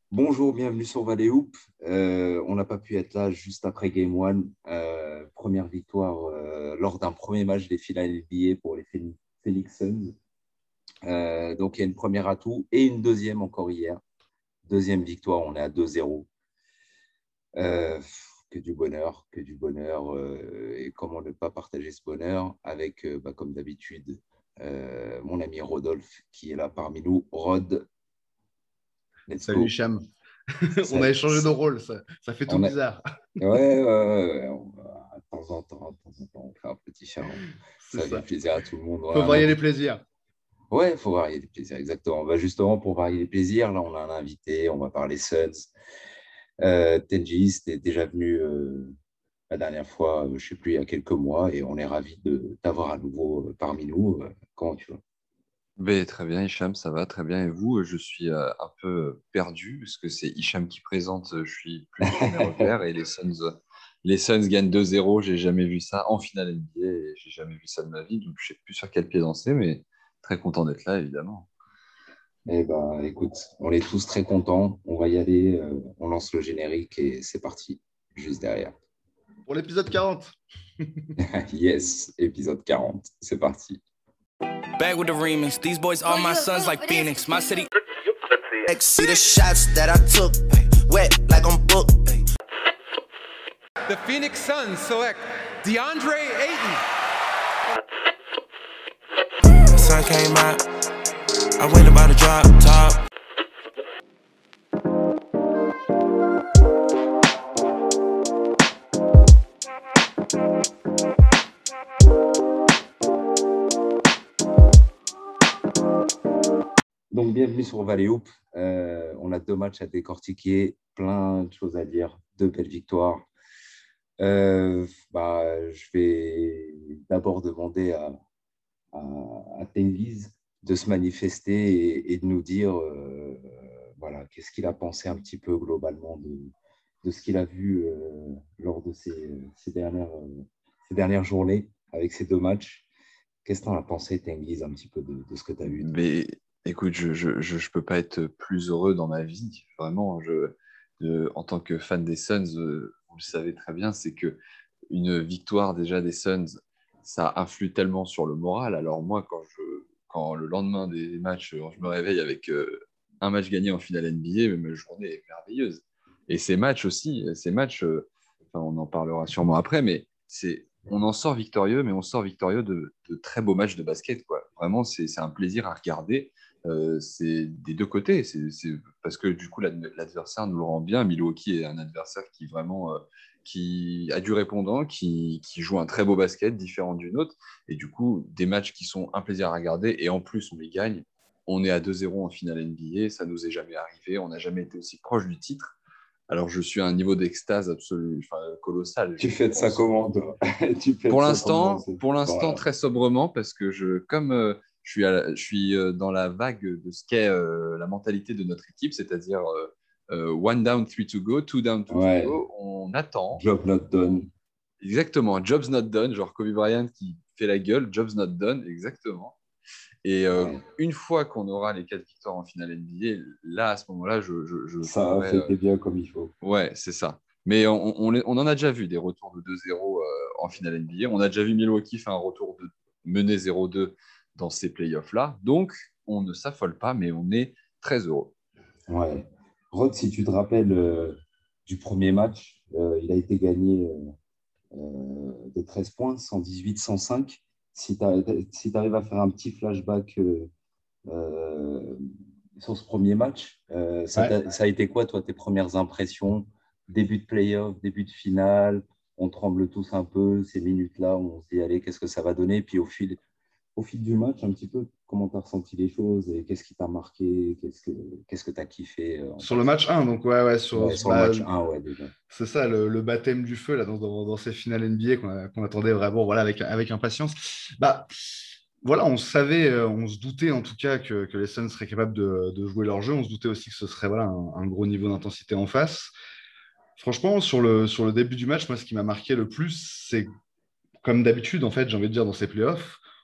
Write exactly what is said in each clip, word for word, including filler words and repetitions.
Bonjour, bienvenue sur Valley Hoop. Euh, on n'a pas pu être là juste après Game One. Euh, première victoire euh, lors d'un premier match des finales N B A pour les Phoenix Phoenix Suns. Euh, donc, il y a une première atout et une deuxième encore hier. Deuxième victoire, on est à deux zéro. Euh, que du bonheur, que du bonheur. Euh, et comment ne pas partager ce bonheur avec, euh, bah, comme d'habitude, euh, mon ami Rodolphe qui est là parmi nous. Rod, let's Salut go. Hicham. On a Salut. échangé nos rôles, ça, ça fait tout On a, bizarre. Ouais, ouais, ouais, ouais. On va- de temps en temps, de temps en temps, on fait un petit chat. C'est Ça fait ça. plaisir à tout le monde. On a Faut un varier les invité. plaisirs. Ouais, il faut varier les plaisirs, exactement. Bah, justement, pour varier les plaisirs, là, on a un invité. On va parler Suns. Euh, Tenji, t'es déjà venu euh, la dernière fois, euh, je ne sais plus, il y a quelques mois, et on est ravis de t'avoir à nouveau euh, parmi nous. Euh, comment tu vas? Ben, très bien, Hicham, ça va très bien. Et vous, je suis euh, un peu perdu parce que c'est Hicham qui présente. Je suis plus sur mes repères et les Suns, euh, les Suns gagnent deux zéro. J'ai jamais vu ça en finale N B A et j'ai jamais vu ça de ma vie. Donc, je sais plus sur quel pied danser, mais très content d'être là, évidemment. Eh ben, écoute, on est tous très contents. On va y aller. Euh, on lance le générique et c'est parti, juste derrière. Pour l'épisode quarante. Yes, épisode quarante. C'est parti. Back with the remix. These boys are my sons like Phoenix. My city. See the shots that I took, wet like I'm booked. The Phoenix Suns select DeAndre Ayton. The sun came out, I went about to drop top. Donc, bienvenue sur Valley Hoop. Euh, on a deux matchs à décortiquer, plein de choses à dire, deux belles victoires. Euh, bah, je vais d'abord demander à, à, à Tengiz de se manifester et, et de nous dire euh, voilà, qu'est-ce qu'il a pensé un petit peu globalement de, de ce qu'il a vu euh, lors de ces, ces, dernières, euh, ces dernières journées avec ces deux matchs. Qu'est-ce que tu en as pensé, Tengiz, un petit peu de, de ce que tu as vu, toi? Mais écoute, je, je, je, je peux pas être plus heureux dans ma vie. Vraiment, je, de- en tant que fan des Suns, euh, vous le savez très bien, c'est que une victoire déjà des Suns, ça influe tellement sur le moral. Alors moi, quand je, quand le lendemain des matchs, euh, je me réveille avec euh, un match gagné en finale N B A, ma journée est merveilleuse. Et ces matchs aussi, ces matchs, euh, enfin, on en parlera sûrement après, mais c'est, on en sort victorieux, mais on sort victorieux de, de très beaux matchs de basket, quoi. Vraiment, c'est, c'est un plaisir à regarder. Euh, c'est des deux côtés. C'est, c'est parce que du coup, l'ad- l'adversaire nous le rend bien. Milwaukee est un adversaire qui vraiment euh, qui a du répondant, qui, qui joue un très beau basket, différent d'une autre. Et du coup, des matchs qui sont un plaisir à regarder. Et en plus, on les gagne. On est à deux zéro en finale N B A. Ça nous est jamais arrivé. On n'a jamais été aussi proche du titre. Alors, je suis à un niveau d'extase absolu, enfin, colossal. Tu Je fais de ça pense. comment, toi? Tu fais de Pour ça comment? l'instant, C'est- pour l'instant, Voilà. très sobrement, parce que je, comme euh, je suis, à la- je suis euh, dans la vague de ce qu'est euh, la mentalité de notre équipe, c'est-à-dire euh, euh, one down, three to go, two down, two to Ouais, go, on attend. job not On- done. Exactement, job's not done, genre Kobe Bryant qui fait la gueule, job's not done, exactement. Et euh, Ouais. une fois qu'on aura les quatre victoires en finale N B A, là, à ce moment-là, je, je, je Ça a ferai. euh, fêté bien comme il faut. Ouais, c'est ça. Mais on, on, on en a déjà vu des retours de deux zéro euh, en finale N B A. On a déjà vu Milwaukee faire un retour de mener zéro deux dans ces playoffs-là. Donc, on ne s'affole pas, mais on est très heureux. Ouais. Rod, si tu te rappelles euh, du premier match, euh, il a été gagné euh, euh, de treize points, cent dix-huit cent cinq. Si tu si arrives à faire un petit flashback euh, euh, sur ce premier match, euh, ça, Ouais. t'a- ça a été quoi, toi, tes premières impressions? Début de playoff, début de finale, on tremble tous un peu, ces minutes-là, on se dit, allez, qu'est-ce que ça va donner? Puis au fil, au fil du match, un petit peu, comment tu as ressenti les choses et qu'est-ce qui t'a marqué? Qu'est-ce que qu'est-ce que tu as kiffé euh, en Sur le match particulier? un, donc ouais, ouais, sur, Ouais, sur le bah, match un, ouais, déjà. c'est ça le, le baptême du feu là, dans, dans, dans ces finales N B A qu'on a- qu'on attendait vraiment voilà, avec, avec impatience. Bah, voilà, on savait, euh, on se doutait en tout cas que, que les Suns seraient capables de, de jouer leur jeu. On se doutait aussi que ce serait voilà, un, un gros niveau d'intensité en face. Franchement, sur le, sur le début du match, moi, ce qui m'a marqué le plus, c'est comme d'habitude, en fait, j'ai envie de dire, dans ces playoffs,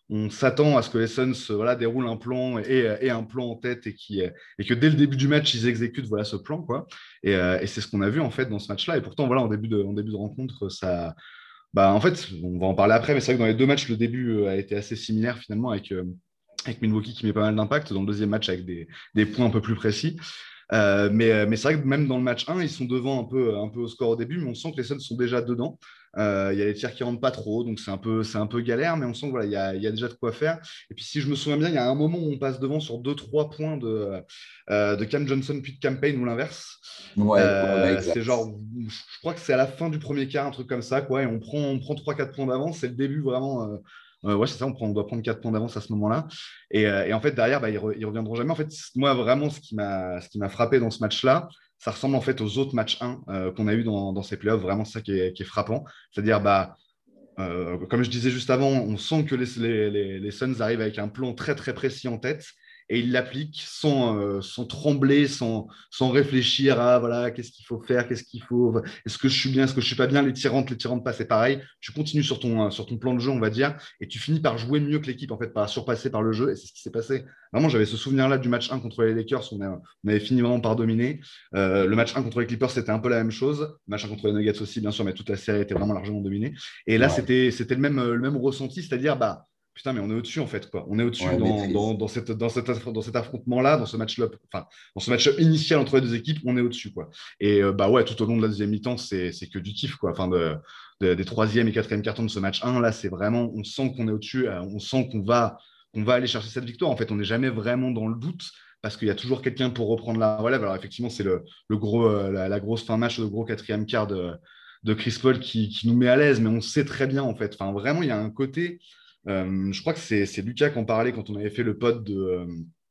on s'attend à ce que les Suns voilà, déroulent un plan et, et un plan en tête et, qui, et que dès le début du match, ils exécutent voilà, ce plan. Quoi. Et, euh, et c'est ce qu'on a vu en fait dans ce match-là. Et pourtant, voilà, en début de, en début de rencontre, ça. Bah, en fait, on va en parler après, mais c'est vrai que dans les deux matchs, le début a été assez similaire finalement avec, euh, avec Milwaukee qui met pas mal d'impact. Dans le deuxième match, avec des, des points un peu plus précis. Euh, mais mais c'est vrai que même dans le match un, ils sont devant un peu, un peu au score au début, mais on sent que les Suns sont déjà dedans. Euh, Il y a les tirs qui rentrent pas trop, donc c'est un peu, c'est un peu galère, mais on sent qu'il voilà, y, a, y a déjà de quoi faire. Et puis si je me souviens bien, il y a un moment où on passe devant sur deux trois points de, euh, de Cam Johnson puis de Cam Payne ou l'inverse. Ouais, ouais, ouais, Euh, c'est exact. genre, je crois que c'est à la fin du premier quart, un truc comme ça, quoi, et on prend, on prend trois quatre points d'avance. C'est le début vraiment. Euh, euh, ouais, c'est ça, on, prend, on doit prendre quatre points d'avance à ce moment-là. Et, euh, et en fait, derrière, bah, ils, re, ils reviendront jamais. En fait, moi, vraiment, ce qui m'a, ce qui m'a frappé dans ce match-là, ça ressemble en fait aux autres matchs un euh, qu'on a eu dans, dans ces playoffs. Vraiment, ça qui est, qui est frappant. C'est-à-dire, bah, euh, comme je disais juste avant, on sent que les, les, les, les Suns arrivent avec un plan très très précis en tête et ils l'appliquent sans, euh, sans trembler, sans, sans réfléchir à voilà, qu'est-ce qu'il faut faire, qu'est-ce qu'il faut, est-ce que je suis bien, est-ce que je suis pas bien, les tirantes, les tirantes pas, c'est pareil. Tu continues sur ton, sur ton plan de jeu, on va dire, et tu finis par jouer mieux que l'équipe, en fait, par surpasser par le jeu, et c'est ce qui s'est passé. Vraiment, j'avais ce souvenir-là du match un contre les Lakers, on, a, on avait fini vraiment par dominer. Euh, le match un contre les Clippers, c'était un peu la même chose. Le match un contre les Nuggets aussi, bien sûr, mais toute la série était vraiment largement dominée. Et là, Ouais, c'était, c'était le même, le même ressenti, c'est-à-dire, bah, putain, mais on est au-dessus, en fait, quoi. On est au-dessus ouais, dans, dans, maîtrise. dans, cette, dans, cette, dans cet affrontement-là, dans ce match-là, enfin, dans ce match initial entre les deux équipes, on est au-dessus, quoi. Et euh, bah ouais, tout au long de la deuxième mi-temps, c'est, c'est que du kiff, quoi. Enfin, de, de, des troisième et quatrième cartons de ce match un, là, c'est vraiment, on sent qu'on est au-dessus, euh, on sent qu'on va, qu'on va aller chercher cette victoire. En fait, on n'est jamais vraiment dans le doute parce qu'il y a toujours quelqu'un pour reprendre la relève. Alors, effectivement, c'est le, le gros, euh, la, la grosse fin match, le gros quatrième quart de, de Chris Paul qui, qui nous met à l'aise, mais on sait très bien, en fait. Enfin, vraiment, il y a un côté. Euh, je crois que c'est, c'est Lucas qui en parlait quand on avait fait le pod de. Euh,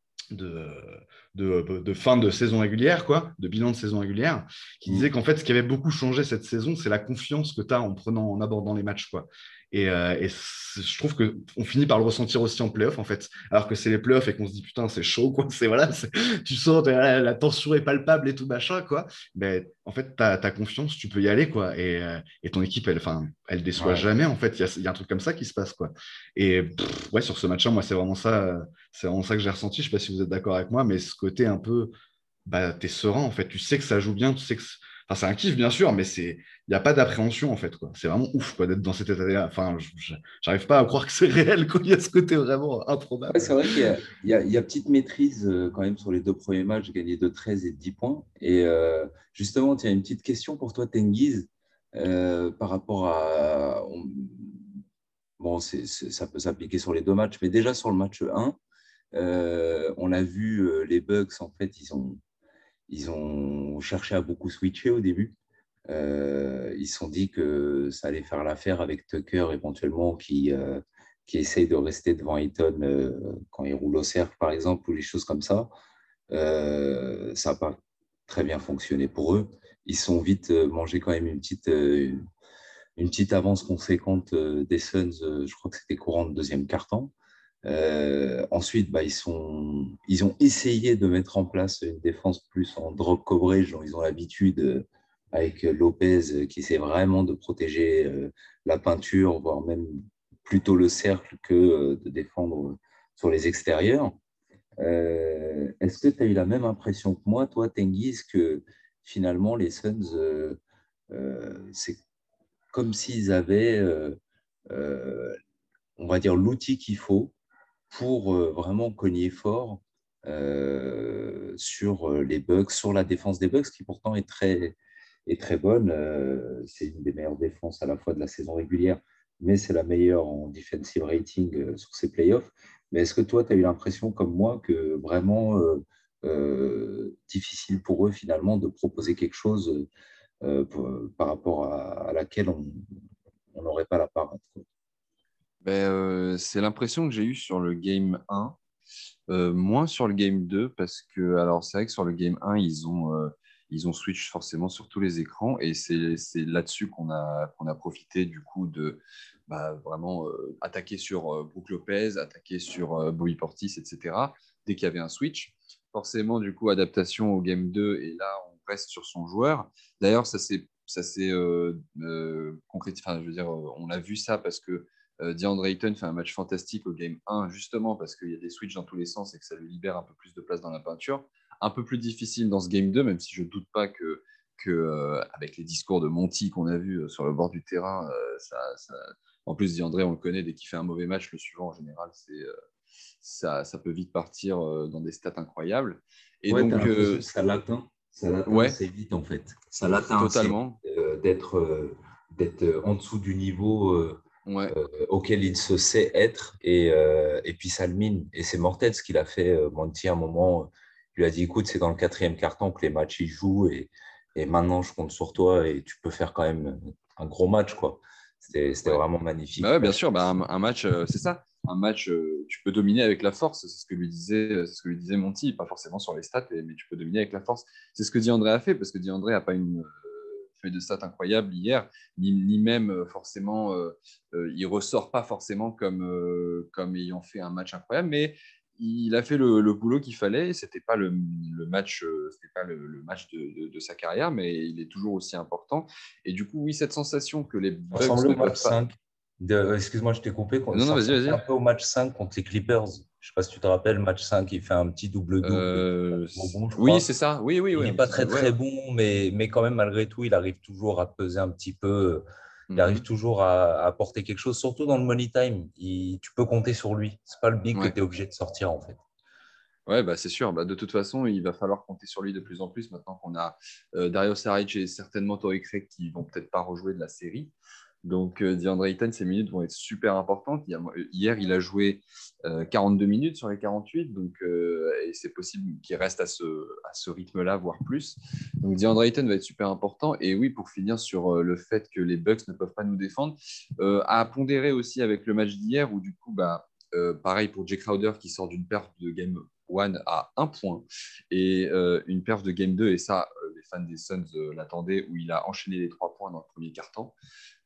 de, de, de, fin de saison régulière, quoi, de bilan de saison régulière, qui Mm. disait qu'en fait, ce qui avait beaucoup changé cette saison, c'est la confiance que tu as en prenant, en abordant les matchs, quoi. Et, euh, et je trouve qu'on finit par le ressentir aussi en playoff, en fait, alors que c'est les playoffs et qu'on se dit putain, c'est chaud, quoi. C'est, voilà, c'est, tu sens la, la tension est palpable et tout machin, quoi. Mais en fait, tu as confiance, tu peux y aller, quoi. Et, euh, et ton équipe, elle, enfin, elle déçoit Ouais. jamais, en fait. Il y, y a un truc comme ça qui se passe, quoi. Et pff, ouais, sur ce match-là, moi, c'est vraiment ça. Euh, c'est vraiment ça que j'ai ressenti. Je ne sais pas si vous êtes d'accord avec moi, mais ce côté un peu, bah, t'es serein en fait. Tu sais que ça joue bien, tu sais que, enfin, c'est un kiff bien sûr, mais c'est, il n'y a pas d'appréhension en fait quoi. C'est vraiment ouf quoi d'être dans cet état-là. Enfin, j'arrive pas à croire que c'est réel quand il y a ce côté vraiment Ouais, c'est improbable. vrai qu'il y a, il y a, il y a petite maîtrise euh, quand même sur les deux premiers matchs, gagné de treize et de dix points. Et euh, justement, tu as une petite question pour toi, Tengiz, euh, par rapport à. on- bon, c'est, c'est- ça peut s'appliquer sur les deux matchs, mais déjà sur le match un, euh, on a vu euh, les Bucks, en fait, ils ont, ils ont cherché à beaucoup switcher au début. Euh, ils se sont dit que ça allait faire l'affaire avec Tucker éventuellement qui, euh, qui essaye de rester devant Ayton euh, quand il roule au cercle, par exemple, ou les choses comme ça. Euh, ça n'a pas très bien fonctionné pour eux. Ils sont vite euh, mangé quand même une petite, euh, une petite avance conséquente euh, des Suns. Euh, je crois que c'était courant de deuxième quart-temps. Euh, ensuite, bah, ils, sont, ils ont essayé de mettre en place une défense plus en drop coverage, dont ils ont l'habitude euh, avec Lopez euh, qui essaie vraiment de protéger euh, la peinture, voire même plutôt le cercle que euh, de défendre sur les extérieurs. Euh, est-ce que tu as eu la même impression que moi, toi, Tengiz, que finalement les Suns, euh, euh, c'est comme s'ils avaient, euh, euh, on va dire, l'outil qu'il faut pour euh, vraiment cogner fort euh, sur euh, les Bucks, sur la défense des Bucks, qui pourtant est très, est très bonne. Euh, c'est une des meilleures défenses à la fois de la saison régulière, mais c'est la meilleure en defensive rating euh, sur ces playoffs. Mais est-ce que toi, tu as eu l'impression, comme moi, que vraiment euh, euh, difficile pour eux finalement de proposer quelque chose euh, pour- par rapport à, à laquelle on on n'aurait pas la parade, quoi. Ben, euh, c'est l'impression que j'ai eue sur le game un, euh, moins sur le game deux, parce que, alors, c'est vrai que sur le game un, ils ont, euh, ils ont switch forcément sur tous les écrans, et c'est, c'est là-dessus qu'on a, qu'on a profité, du coup, de bah, vraiment euh, attaquer sur euh, Brook Lopez, attaquer sur euh, Bobby Portis, et cetera, dès qu'il y avait un switch. Forcément, du coup, adaptation au game deux, et là, on reste sur son joueur. D'ailleurs, ça s'est, ça s'est euh, euh, concrétisé, enfin, je veux dire, euh, on a vu ça parce que Euh, DeAndre Ayton fait un match fantastique au game un, justement parce qu'il y a des switches dans tous les sens et que ça lui libère un peu plus de place dans la peinture. Un peu plus difficile dans ce game deux, même si je ne doute pas que, que euh, avec les discours de Monty qu'on a vus sur le bord du terrain, euh, ça, ça... en plus, DeAndre, on le connaît, dès qu'il fait un mauvais match, le suivant, en général, c'est, euh, ça, ça peut vite partir euh, dans des stats incroyables. Et ouais, donc, euh, euh, ça l'atteint. Ça l'atteint ouais, assez vite, en fait. Ça l'atteint totalement. assez vite, euh, d'être, euh, d'être en dessous du niveau euh, Ouais. euh, auquel il se sait être. Et, euh, et puis, ça le mine. Et c'est mortel ce qu'il a fait. Euh, Monty, à un moment, il lui a dit, écoute, c'est dans le quatrième quart-temps que les matchs, ils jouent. Et, et maintenant, je compte sur toi et tu peux faire quand même un gros match, quoi. C'était, c'était Ouais. vraiment Bah magnifique. ouais, bien sûr, bah un, un match, euh, c'est ça. Un match, euh, tu peux dominer avec la force. C'est ce que lui disait, c'est ce que lui disait Monty, pas forcément sur les stats, mais tu peux dominer avec la force. C'est ce que DeAndre a fait, parce que DeAndre n'a pas une euh, feuille de stats incroyable hier, ni, ni même euh, forcément, euh, euh, il ressort pas forcément comme, euh, comme ayant fait un match incroyable, mais il a fait le, le boulot qu'il fallait. C'était pas le, le match, euh, c'était pas le, le match de, de, de sa carrière, mais il est toujours aussi important. Et du coup, oui, cette sensation que les Ça Bucks ressemblait ne au match peuvent pas. cinq. De, euh, excuse-moi, je t'ai coupé. Non, non, Ça vas-y, ressemblait un vas-y. peu au match cinq contre les Clippers. Je ne sais pas si tu te rappelles, match cinq, il fait un petit double-double et Euh, bon, je oui, crois. c'est ça. Oui, oui, Il oui. n'est Un pas petit très deux. Ouais. très bon, mais, mais quand même, malgré tout, il arrive toujours à peser un petit peu. Il arrive Mhm. toujours à, à apporter quelque chose, surtout dans le money time. Il- tu peux compter sur lui. Ce n'est pas le big que Ouais. tu es obligé de sortir, en fait. Ouais, bah, c'est sûr. Bah, de toute façon, il va falloir compter sur lui de plus en plus maintenant qu'on a euh, Dario Saric et certainement Torrey Craig qui vont peut-être pas rejouer de la série. Donc, euh, DeAndre Ayton, ses minutes vont être super importantes. Il y a- hier, il a joué euh, quarante-deux minutes sur les quarante-huit, donc, euh, et c'est possible qu'il reste à ce, à ce rythme-là, voire plus. Donc, DeAndre Ayton va être super important. Et oui, pour finir sur euh, le fait que les Bucks ne peuvent pas nous défendre, euh, à pondérer aussi avec le match d'hier, où du coup, bah, euh, pareil pour Jay Crowder qui sort d'une perte de game one à un point et euh, une perf de game deux, et ça, euh, les fans des Suns euh, l'attendaient, où il a enchaîné les trois points dans le premier quart-temps.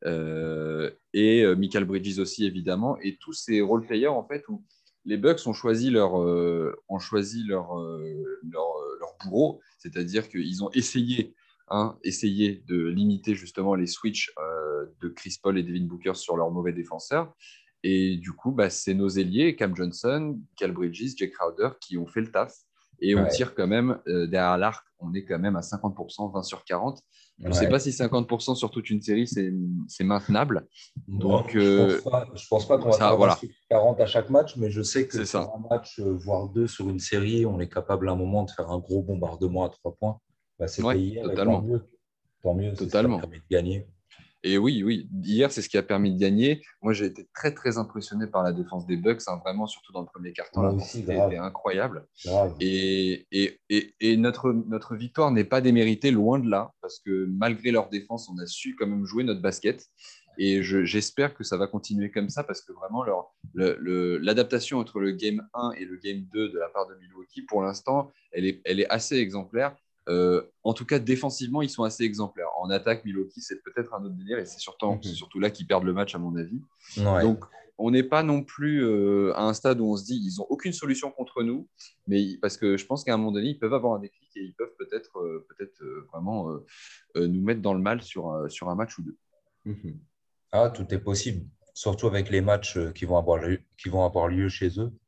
Euh, et euh, Michael Bridges aussi, évidemment, et tous ces role-players, en fait, où les Bucks ont choisi leur, euh, ont choisi leur, euh, leur, euh, leur bourreau, c'est-à-dire qu'ils ont essayé, hein, essayé de limiter justement les switches euh, de Chris Paul et Devin Booker sur leurs mauvais défenseurs. Et du coup, bah, c'est nos ailiers, Cam Johnson, Cal Bridges, Jay Crowder, qui ont fait le taf. Et on Ouais. tire quand même euh, derrière l'arc, on est quand même à cinquante pour cent, vingt sur quarante. Je ne sais Ouais. pas si cinquante pour cent sur toute une série, c'est, c'est maintenable. Bon, Donc, je pense euh, pas, je pense pas qu'on va ça, faire vingt voilà, sur quarante à chaque match, mais je sais que c'est sur ça. un match, euh, voire deux sur une série, on est capable à un moment de faire un gros bombardement à trois points. Bah, Ouais, c'était hier et tant totalement. mieux. Tant mieux, c'est ce qui a Totalement. permis de gagner. Et oui, oui, hier, c'est ce qui a permis de gagner. Moi, j'ai été très, très impressionné par la défense des Bucks, hein, vraiment, surtout dans le premier quart-temps, Moi aussi, l'intensité était grave. incroyable. grave. Et, et, et, et notre, notre victoire n'est pas déméritée, loin de là, parce que malgré leur défense, on a su quand même jouer notre basket. Et je, j'espère que ça va continuer comme ça, parce que vraiment, leur, le, le, l'adaptation entre le game un et le game deux de la part de Milwaukee, pour l'instant, elle est, elle est assez exemplaire. Euh, en tout cas, défensivement, ils sont assez exemplaires. En attaque, Milwaukee, c'est peut-être un autre délire, et c'est surtout, c'est Mhm. surtout là qu'ils perdent le match, à mon avis. Ouais. Donc, on n'est pas non plus euh, à un stade où on se dit ils n'ont aucune solution contre nous, mais parce que je pense qu'à un moment donné, ils peuvent avoir un déclic et ils peuvent peut-être euh, peut-être euh, vraiment euh, euh, nous mettre dans le mal sur, euh, sur un match ou deux. Mhm. Ah, tout est possible, surtout avec les matchs euh, qui vont avoir lieu, qui vont avoir lieu chez eux.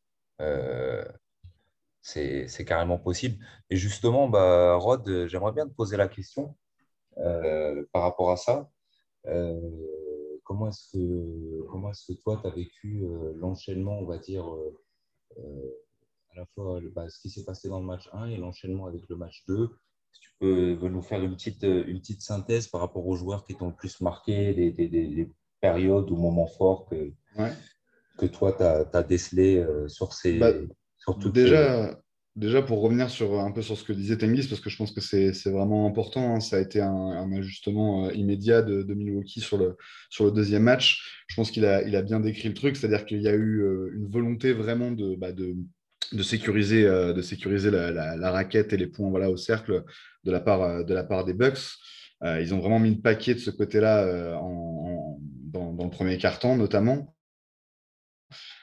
Euh, c'est, c'est carrément possible. Et justement, bah, Rod, euh, j'aimerais bien te poser la question euh, par rapport à ça. Euh, comment est-ce que, comment est-ce que toi, tu as vécu euh, l'enchaînement, on va dire, euh, euh, à la fois bah, ce qui s'est passé dans le match un et l'enchaînement avec le match deux? Si tu peux nous faire une petite, une petite synthèse par rapport aux joueurs qui t'ont le plus marqué, des, des, des, des périodes ou moments forts que, Ouais. que toi, tu as décelé euh, sur, Bah, ces, sur toutes ces… déjà, déjà, pour revenir sur, un peu sur ce que disait Tengiz, parce que je pense que c'est c'est vraiment important, hein, ça a été un, un ajustement euh, immédiat de, de Milwaukee sur le, sur le deuxième match. Je pense qu'il a, il a bien décrit le truc, c'est-à-dire qu'il y a eu euh, une volonté vraiment de, bah, de, de sécuriser, euh, de sécuriser la, la- la raquette et les points voilà, au cercle de la part, euh, de la part des Bucks. Euh, ils ont vraiment mis le paquet de ce côté-là euh, en- en- dans, dans le premier quart-temps, notamment.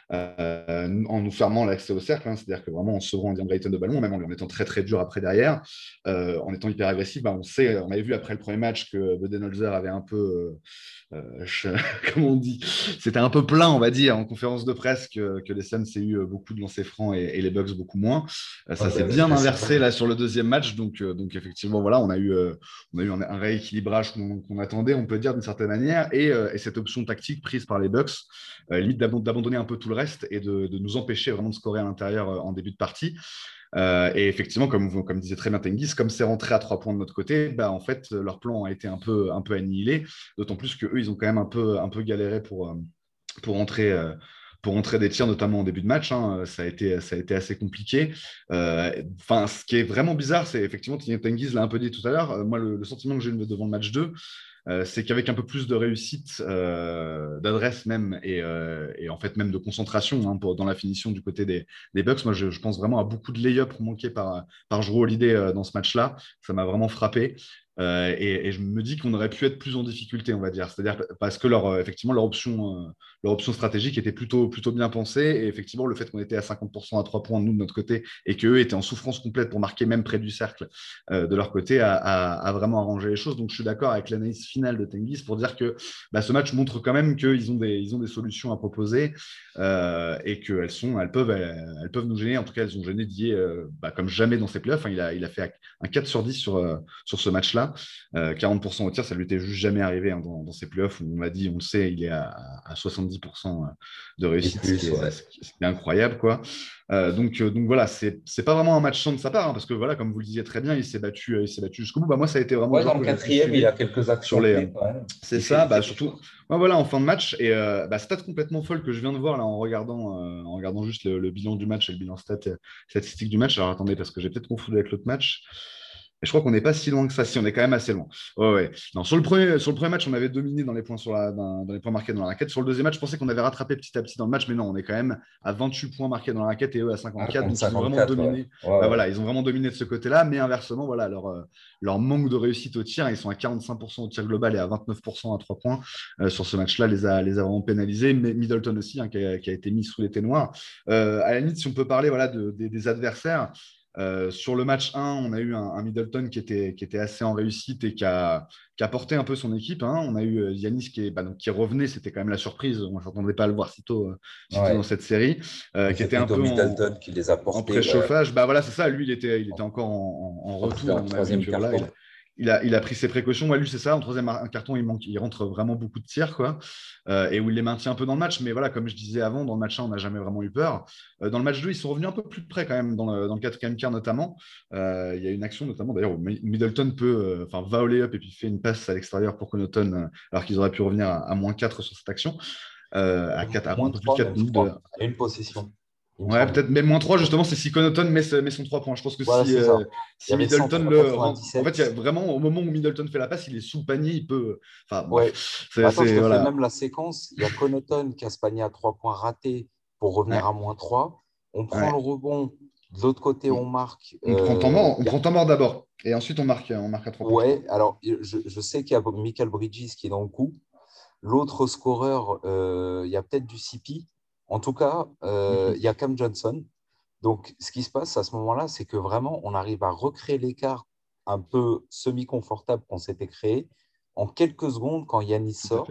euh, en nous fermant l'accès au cercle, hein, c'est-à-dire que vraiment en sevrant DeAndre Ayton de ballon, même en lui en étant très très dur après derrière, euh, en étant hyper agressif. Bah, on sait, on avait vu après le premier match que Budenholzer avait un peu, euh, je, comment on dit, c'était un peu plein, on va dire, en conférence de presse que, que les Suns aient eu beaucoup de lancers francs et, et les Bucks beaucoup moins. Euh, ça Ouais, s'est ouais, bien ouais, inversé là sur le deuxième match, donc, euh, donc effectivement voilà, on a eu, euh, on a eu un, un rééquilibrage qu'on qu'on attendait, on peut dire d'une certaine manière, et, euh, et cette option tactique prise par les Bucks, euh, limite d'abandonner un peu tout le reste et de, de nous empêcher vraiment de scorer à l'intérieur euh, en début de partie. Euh, et effectivement, comme, comme disait très bien Tengiz, comme c'est rentré à trois points de notre côté, bah, en fait, leur plan a été un peu, un peu annihilé, d'autant plus qu'eux, ils ont quand même un peu, un peu galéré pour, euh, pour entrer. Euh, pour entrer des tirs, notamment en début de match, hein, ça, a été, ça a été assez compliqué. Enfin, euh, ce qui est vraiment bizarre, c'est effectivement, Tengiz l'a un peu dit tout à l'heure, euh, moi, le, le sentiment que j'ai eu devant le match deux, Euh, c'est qu'avec un peu plus de réussite, euh, d'adresse même, et, euh, et en fait même de concentration hein, pour, dans la finition du côté des, des Bucks, moi je, je pense vraiment à beaucoup de lay-ups manqués par, par Jrue Holiday euh, dans ce match-là. Ça m'a vraiment frappé. Euh, et, et je me dis qu'on aurait pu être plus en difficulté, on va dire. C'est-à-dire parce que leur, euh, effectivement, leur option, euh, leur option stratégique était plutôt, plutôt bien pensée. Et effectivement, le fait qu'on était à cinquante pour cent à trois points, nous, de notre côté, et qu'eux étaient en souffrance complète pour marquer même près du cercle euh, de leur côté, a, a, a vraiment arrangé les choses. Donc, je suis d'accord avec l'analyse finale de Tengiz pour dire que bah, ce match montre quand même qu'ils ont des, ils ont des solutions à proposer euh, et qu'elles sont, elles peuvent, elles, elles peuvent nous gêner. En tout cas, elles ont gêné Didier euh, bah, comme jamais dans ses playoffs. Hein, il, a, il a fait un quatre sur dix sur, euh, sur ce match-là. Euh, quarante pour cent au tir, ça lui était juste jamais arrivé hein, dans, dans ses playoffs où on l'a dit, on le sait, il est à, à soixante-dix pour cent de réussite, plus, ce, qui est, ouais. ce, qui est, ce qui est incroyable, quoi. Euh, donc, euh, donc voilà, c'est c'est pas vraiment un match sans de sa part, hein, parce que voilà, comme vous le disiez très bien, il s'est battu, euh, il s'est battu jusqu'au bout. Bah, moi, ça a été vraiment. Ouais, dans le quatrième, il a quelques actions. Sur les... C'est ça, bah, surtout. Ouais, voilà, en fin de match. Et euh, bah, stat complètement folle que je viens de voir là en regardant, euh, en regardant juste le, le bilan du match et le bilan stat, euh, statistique du match. Alors attendez, parce que j'ai peut-être confondu avec l'autre match. Et je crois qu'on n'est pas si loin que ça. Si, on est quand même assez loin. Ouais, ouais. Non, sur, le premier, sur le premier match, on avait dominé dans les points, sur la, dans, dans les points marqués dans la raquette. Sur le deuxième match, je pensais qu'on avait rattrapé petit à petit dans le match, mais non, on est quand même à vingt-huit points marqués dans la raquette et eux à cinquante-quatre. Ah, donc, ils ont vraiment dominé. Ouais. Ouais, bah, ouais. Voilà, ils ont vraiment dominé de ce côté-là, mais inversement, voilà, leur, euh, leur manque de réussite au tir, ils sont à quarante-cinq pour cent au tir global et à vingt-neuf pour cent à trois points. Euh, sur ce match-là, les a, les a vraiment pénalisés. Mais Middleton aussi, hein, qui, a, qui a été mis sous les ténoirs. Euh, à la limite, si on peut parler voilà, de, de, des adversaires. Euh, sur le match un, on a eu un, un Middleton qui était, qui était assez en réussite et qui a, qui a porté un peu son équipe. Hein. On a eu Giannis qui, est, bah, donc, qui revenait, c'était quand même la surprise. On ne s'attendait pas à le voir si tôt, euh, si tôt ouais. dans cette série. Euh, qui était un peu Middleton en, qui les a portés, en préchauffage. Ouais. Bah, voilà, c'est ça. Lui, il était, il était encore en, en, en retour. En troisième carton. Là, il, il, a, il a pris ses précautions. Ouais, lui, c'est ça. En troisième carton, il, manque, il rentre vraiment beaucoup de tirs, quoi. Euh, et où il les maintient un peu dans le match. Mais voilà, comme je disais avant, dans le match un, on n'a jamais vraiment eu peur. Euh, dans le match deux, ils sont revenus un peu plus près quand même, dans le, dans le quatrième quart notamment. Euh, il y a une action notamment, d'ailleurs, où Middleton peut, enfin, euh, va au lay-up et puis fait une passe à l'extérieur pour Connaughton, euh, alors qu'ils auraient pu revenir à, à moins quatre sur cette action. Euh, à quatre, à moins de quatre minutes. De... Une possession. Ouais, peut-être même moins trois, justement, c'est si Connaughton met, met son trois points. Je pense que voilà, si, euh, si Middleton le. En fait, il y a vraiment, au moment où Middleton fait la passe, il est sous le panier, il peut. Enfin, ouais. Attends, je te voilà. fais même la séquence. Il y a Connaughton qui a ce panier à trois points raté pour revenir ouais. à moins trois. On prend ouais. le rebond. De l'autre côté, on marque. On euh, prend temps mort, on a... prend temps mort d'abord. Et ensuite, on marque, on marque à trois points. Ouais, alors je, je sais qu'il y a Michael Bridges qui est dans le coup. L'autre scoreur, euh, il y a peut-être du C P. En tout cas, euh, mm-hmm. il y a Cam Johnson. Donc, ce qui se passe à ce moment-là, c'est que vraiment, on arrive à recréer l'écart un peu semi-confortable qu'on s'était créé en quelques secondes quand Giannis sort.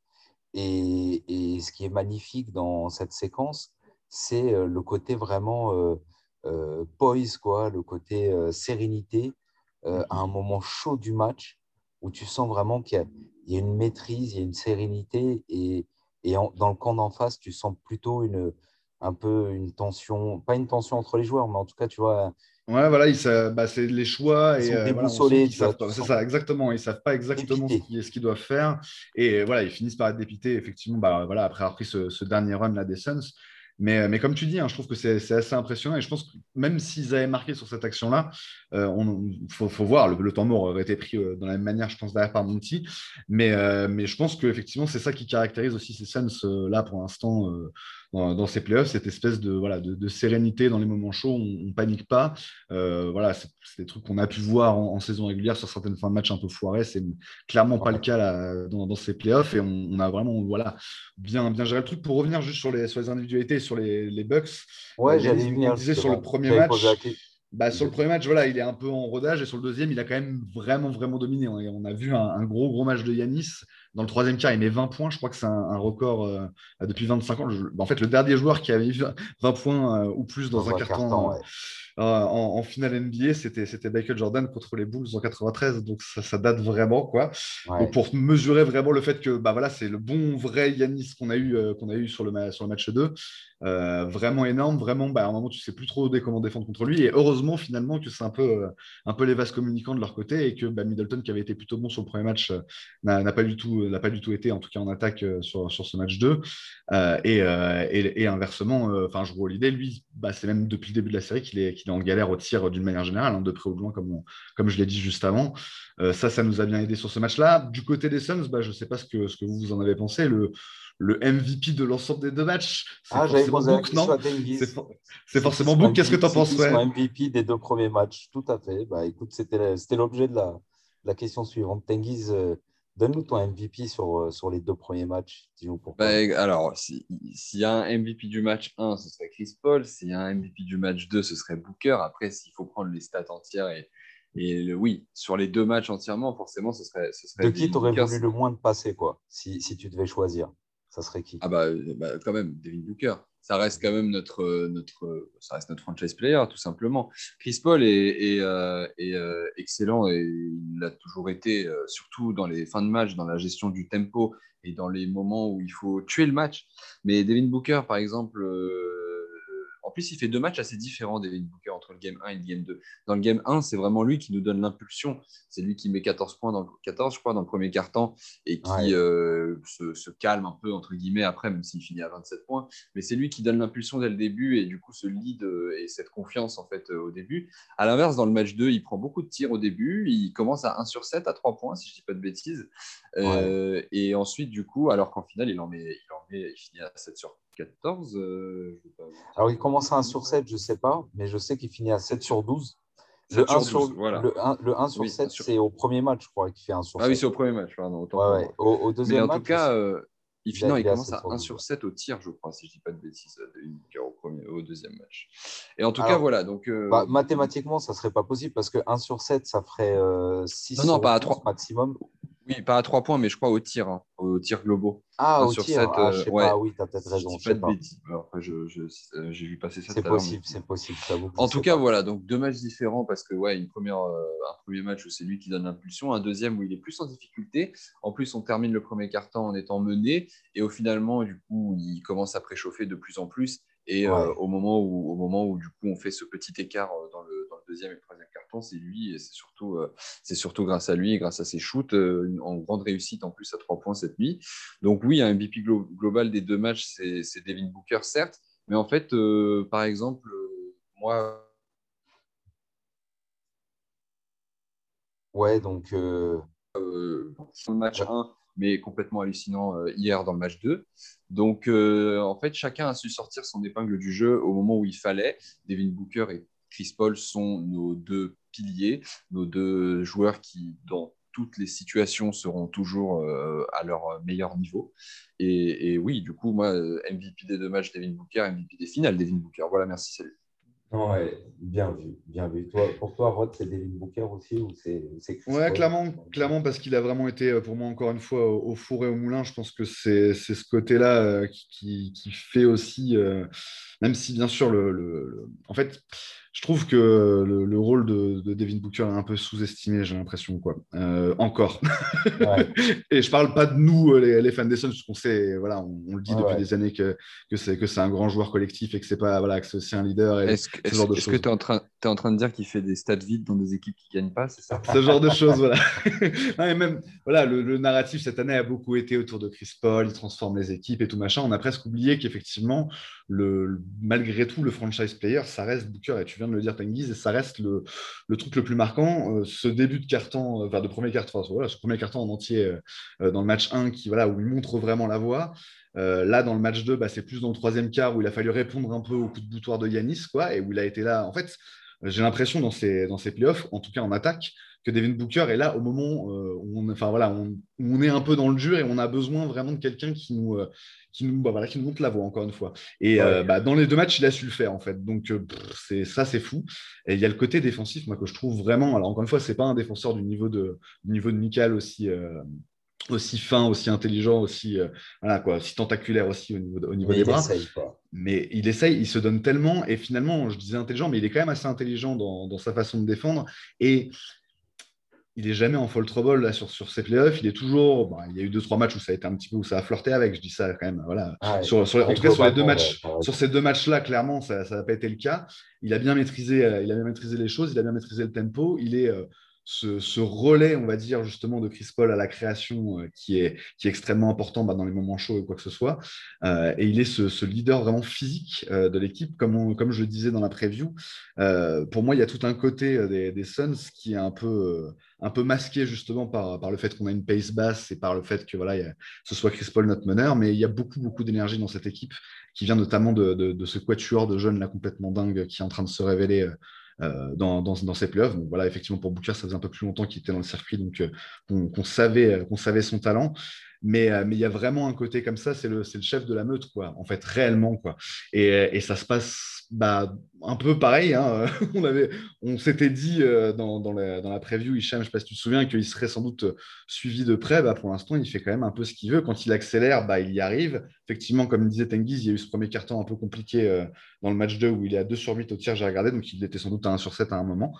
Et, et ce qui est magnifique dans cette séquence, c'est le côté vraiment euh, euh, poise, quoi, le côté euh, sérénité euh, à un moment chaud du match où tu sens vraiment qu'il y a, il y a une maîtrise, il y a une sérénité et, et en, dans le camp d'en face, tu sens plutôt une... un peu une tension, pas une tension entre les joueurs, mais en tout cas, tu vois. Ouais, voilà, ils savent, bah, c'est les choix. Ils et sont euh, déboussolés. Voilà, c'est ça, exactement. Ils ne savent pas exactement ce qu'ils, ce qu'ils doivent faire. Et voilà, ils finissent par être dépités, effectivement, bah, voilà, après avoir pris ce, ce dernier run là, des Suns. Mais, mais comme tu dis, hein, je trouve que c'est, c'est assez impressionnant. Et je pense que même s'ils avaient marqué sur cette action-là, il euh, faut, faut voir, le, le temps mort aurait été pris euh, dans la même manière, je pense, derrière par Monty. Mais, euh, mais je pense qu'effectivement, c'est ça qui caractérise aussi ces Suns euh, là pour l'instant. Euh, dans, dans ces playoffs, cette espèce de, voilà, de, de sérénité dans les moments chauds, on ne panique pas. Euh, voilà, c'est, c'est des trucs qu'on a pu voir en, en saison régulière sur certaines fins de match un peu foirées. C'est clairement pas Ouais. le cas là, dans, dans ces playoffs et on, on a vraiment voilà, bien, bien géré le truc. Pour revenir juste sur les, sur les individualités et sur les, les Bucks, Ouais, euh, j'allais Giannis, y donc on le venir disait sur le justement. premier J'avais posé la match. question. Bah, sur le premier match, voilà, il est un peu en rodage et sur le deuxième, il a quand même vraiment, vraiment dominé. On a, on a vu un, un gros, gros match de Giannis. Dans le troisième quart, il met vingt points. Je crois que c'est un, un record euh, depuis vingt-cinq ans. Je- en fait, le dernier joueur qui avait eu vingt points euh, ou plus dans, Dans un un carton carton, euh, ouais. en, en finale N B A, c'était, c'était Michael Jordan contre les Bulls en quatre-vingt-treize. Donc, ça, ça date vraiment, quoi. Donc, Ouais. pour mesurer vraiment le fait que bah, voilà, c'est le bon, vrai Giannis qu'on a eu, euh, qu'on a eu sur, le ma- sur le match deux. Euh, vraiment énorme, vraiment, bah, à un moment, tu sais plus trop dé- comment défendre contre lui. Et heureusement, finalement, que c'est un peu, euh, un peu les vases communicants de leur côté et que bah, Middleton, qui avait été plutôt bon sur le premier match, euh, n'a, n'a pas du tout, n'a pas du tout été, en tout cas en attaque euh, sur, sur ce match deux. Euh, et, euh, et, et inversement, enfin, euh, Jrue Holiday, lui, bah, c'est même depuis le début de la série qu'il est, qu'il est en galère au tir d'une manière générale, hein, de près ou de loin, comme, on- comme je l'ai dit juste avant. Euh, ça, ça nous a bien aidé sur ce match-là. Du côté des Suns, bah, je ne sais pas ce que, ce que vous, vous en avez pensé. Le, le M V P de l'ensemble des deux matchs, c'est Ah, j'avais forcément posé la Book, question non? à Tengiz. C'est, for- c'est C'est qui forcément son Book. Qu'est-ce que M V P, tu en c'est penses, qui son ouais? M V P des deux premiers matchs? Tout à fait. Bah, écoute, c'était, c'était l'objet de la, de la question suivante. Tengiz, euh, donne-nous ton M V P sur, euh, sur les deux premiers matchs. Dis-nous Bah, pourquoi. alors, si- s'il y a un M V P du match un, ce serait Chris Paul. S'il y a un M V P du match deux, ce serait Booker. Après, s'il faut prendre les stats entières, et, et le, oui, sur les deux matchs entièrement, forcément, ce serait, ce serait De qui Devin t'aurais Booker. voulu le moins de passer, quoi, si, si tu devais choisir? Ça serait qui? Ah bah, euh, bah, quand même, Devin Booker. Ça reste quand même notre, euh, notre, euh, ça reste notre franchise player, tout simplement. Chris Paul est, est, euh, est, euh, excellent et il l'a toujours été, euh, surtout dans les fins de match, dans la gestion du tempo et dans les moments où il faut tuer le match. Mais Devin Booker, par exemple, euh, en plus, il fait deux matchs assez différents, Devin Booker, entre le game un et le game deux. Dans le game un, c'est vraiment lui qui nous donne l'impulsion. C'est lui qui met quatorze points, dans le, quatorze, je crois, dans le premier quart-temps et qui Ouais. euh, se, se calme un peu, entre guillemets, après, même s'il finit à vingt-sept points. Mais c'est lui qui donne l'impulsion dès le début et du coup ce lead euh, et cette confiance en fait euh, au début. À l'inverse, dans le match deux, il prend beaucoup de tirs au début. Il commence à un sur sept à trois points, si je ne dis pas de bêtises. Ouais. Euh, et ensuite, du coup, alors qu'en finale, il en met, il en met, il finit à sept sur quatorze. Euh, je vais pas vous dire Alors, il de commence à un sur bêtises. sept, je ne sais pas, mais je sais qu'il finit à sept sur douze. sept Le un sur douze, sur, voilà. le un, le un sur Oui, un sept, sur... c'est au premier match, je crois, qu'il fait un sur Ah oui, sept. c'est au premier match, pardon, autant Ouais, pour ouais. moi. Au, au Mais deuxième en tout match, je cas, sais- euh, il, il, a- finit, il il est à commence sept à sur un douze. sur Ouais. sept au tir, je crois, si je ne dis pas de bêtises, de Booker au, premier, au deuxième match. Et en tout cas, Alors, voilà. Donc, bah, euh, mathématiquement, ça ne serait pas possible parce que un sur sept, ça ferait euh, six non, non, sur pas à douze trois. maximum. Oui, pas à trois points, mais je crois au tir, hein, au tir globaux. Ah, Un au sur tir. sept, Ah, je euh, sais pas. ouais, Oui, tu as peut-être si je raison. dis Je pas sais de pas. bêtises. Alors, après, je, je- euh, j'ai vu passer ça C'est tout à l'heure. Mais... possible, c'est possible. J'avoue que je En sais tout cas, pas. voilà, donc deux matchs différents parce que, ouais, une première, euh, un premier match où c'est lui qui donne l'impulsion, un deuxième où il est plus en difficulté. En plus, on termine le premier quart-temps en étant mené et au finalement, du coup, il commence à préchauffer de plus en plus. Et euh, Ouais. au, moment où, au moment où, du coup, on fait ce petit écart euh, dans le, dans le deuxième et le troisième quart-temps, c'est lui et c'est surtout, euh, c'est surtout grâce à lui et grâce à ses shoots euh, une- en grande réussite en plus à trois points cette nuit. Donc, oui, un M V P glo- global des deux matchs, c'est, c'est Devin Booker, certes. Mais en fait, euh, par exemple, euh, moi, Ouais, donc. euh, euh, dans le match ouais. un, mais complètement hallucinant euh, hier dans le match deux. Donc, euh, en fait, chacun a su sortir son épingle du jeu au moment où il fallait. Devin Booker et Chris Paul sont nos deux piliers, nos deux joueurs qui, dans toutes les situations, seront toujours euh, à leur meilleur niveau. Et, et oui, du coup, moi, euh, M V P des deux matchs, Devin Booker, M V P des finales, Devin Booker. Voilà, merci, salut. Ouais, bien vu, bien vu. Toi, pour toi, Rod, c'est Devin Booker aussi ou c'est ou c'est Chris Ouais, Paul? clairement, clairement, parce qu'il a vraiment été, euh, pour moi, encore une fois, au, au four et au moulin. Je pense que c'est c'est ce côté-là euh, qui, qui- qui fait aussi, euh, même si bien sûr, le, le- le- en fait, je trouve que le, le rôle de, de Devin Booker est un peu sous-estimé, j'ai l'impression, quoi. Euh, encore. Ouais, Et je parle pas de nous, euh, les, les fans des Suns, parce qu'on sait, voilà, on, on le dit ouais, depuis ouais. des années que, que c'est que c'est un grand joueur collectif et que c'est pas, voilà, que c'est aussi un leader et Est-ce que ce est-ce, genre de est-ce que choses. tu es en train, t'es en train de dire qu'il fait des stats vides dans des équipes qui ne gagnent pas, c'est ça? Ce genre de choses, voilà. Non, et même, voilà, le, le narratif cette année a beaucoup été autour de Chris Paul, il transforme les équipes et tout machin. On a presque oublié qu'effectivement, le, le- malgré tout, le franchise player, ça reste Booker. Et tu viens viens de le dire, Tengiz, et ça reste le, le truc le plus marquant. Euh, ce début de carton, enfin de premier carton, enfin, voilà, ce premier carton en entier euh, dans le match un, qui, voilà, où il montre vraiment la voie. Euh, là, dans le match deux, bah, c'est plus dans le troisième quart où il a fallu répondre un peu au coup de boutoir de Yanis, quoi, et où il a été là. En fait, j'ai l'impression dans ces, dans ces playoffs, en tout cas en attaque, que Devin Booker est là au moment euh, où, on, enfin, voilà, on, où on est un peu dans le dur et on a besoin vraiment de quelqu'un qui nous, euh, qui, nous, bah, voilà, qui nous monte la voie, encore une fois. Et Ouais. euh, bah, dans les deux matchs, il a su le faire, en fait. Donc, euh, pff, c'est, ça, c'est fou. Et il y a le côté défensif, moi, que je trouve vraiment. Alors, encore une fois, c'est pas un défenseur du niveau de, du niveau de Mikal aussi. Euh, aussi fin, aussi intelligent, aussi, euh, voilà, quoi, aussi tentaculaire aussi au niveau, de, au niveau Mais des il bras. essaye, quoi. Mais il essaye, il se donne tellement, et finalement, je disais intelligent, mais il est quand même assez intelligent dans, dans sa façon de défendre, et il est jamais en fall trouble là, sur, sur ses playoffs, il est toujours, bon, il y a eu deux, trois matchs où ça a été un petit peu, où ça a flirté avec, je dis ça quand même, voilà. Ah ouais. Sur, sur, en Mais tout cas, sur les deux globalement, matchs, ouais, sur ces deux matchs-là, clairement, ça n'a pas été le cas. Il a bien maîtrisé, euh, il a bien maîtrisé les choses, il a bien maîtrisé le tempo, il est... Euh, Ce, ce relais, on va dire, justement, de Chris Paul à la création euh, qui, est, qui est extrêmement important bah, dans les moments chauds et quoi que ce soit. Euh, et il est ce, ce leader vraiment physique euh, de l'équipe, comme, on, comme je le disais dans la preview. Euh, pour moi, il y a tout un côté euh, des, des Suns qui est un peu, euh, un peu masqué, justement, par, par le fait qu'on a une pace basse et par le fait que voilà, y a, ce soit Chris Paul notre meneur. Mais il y a beaucoup, beaucoup d'énergie dans cette équipe qui vient notamment de, de, de ce quatuor de jeunes là complètement dingue qui est en train de se révéler euh, euh, dans, dans, dans ces playoffs. Donc voilà, effectivement, pour Booker, ça faisait un peu plus longtemps qu'il était dans le circuit, donc euh, qu'on qu'on savait, qu'on savait son talent. Mais euh, mais il y a vraiment un côté comme ça, c'est le, c'est le chef de la meute, quoi, en fait, réellement, quoi. Et, et ça se passe bah, un peu pareil. Hein. on avait, on s'était dit euh, dans, dans, la, dans la preview, Hicham, je ne sais pas si tu te souviens, qu'il serait sans doute suivi de près. Bah, pour l'instant, il fait quand même un peu ce qu'il veut. Quand il accélère, bah, il y arrive. Effectivement, comme disait Tengiz, il y a eu ce premier carton un peu compliqué euh, dans le match deux où il est à deux sur huit au tir, j'ai regardé, donc il était sans doute à un sur sept à un moment.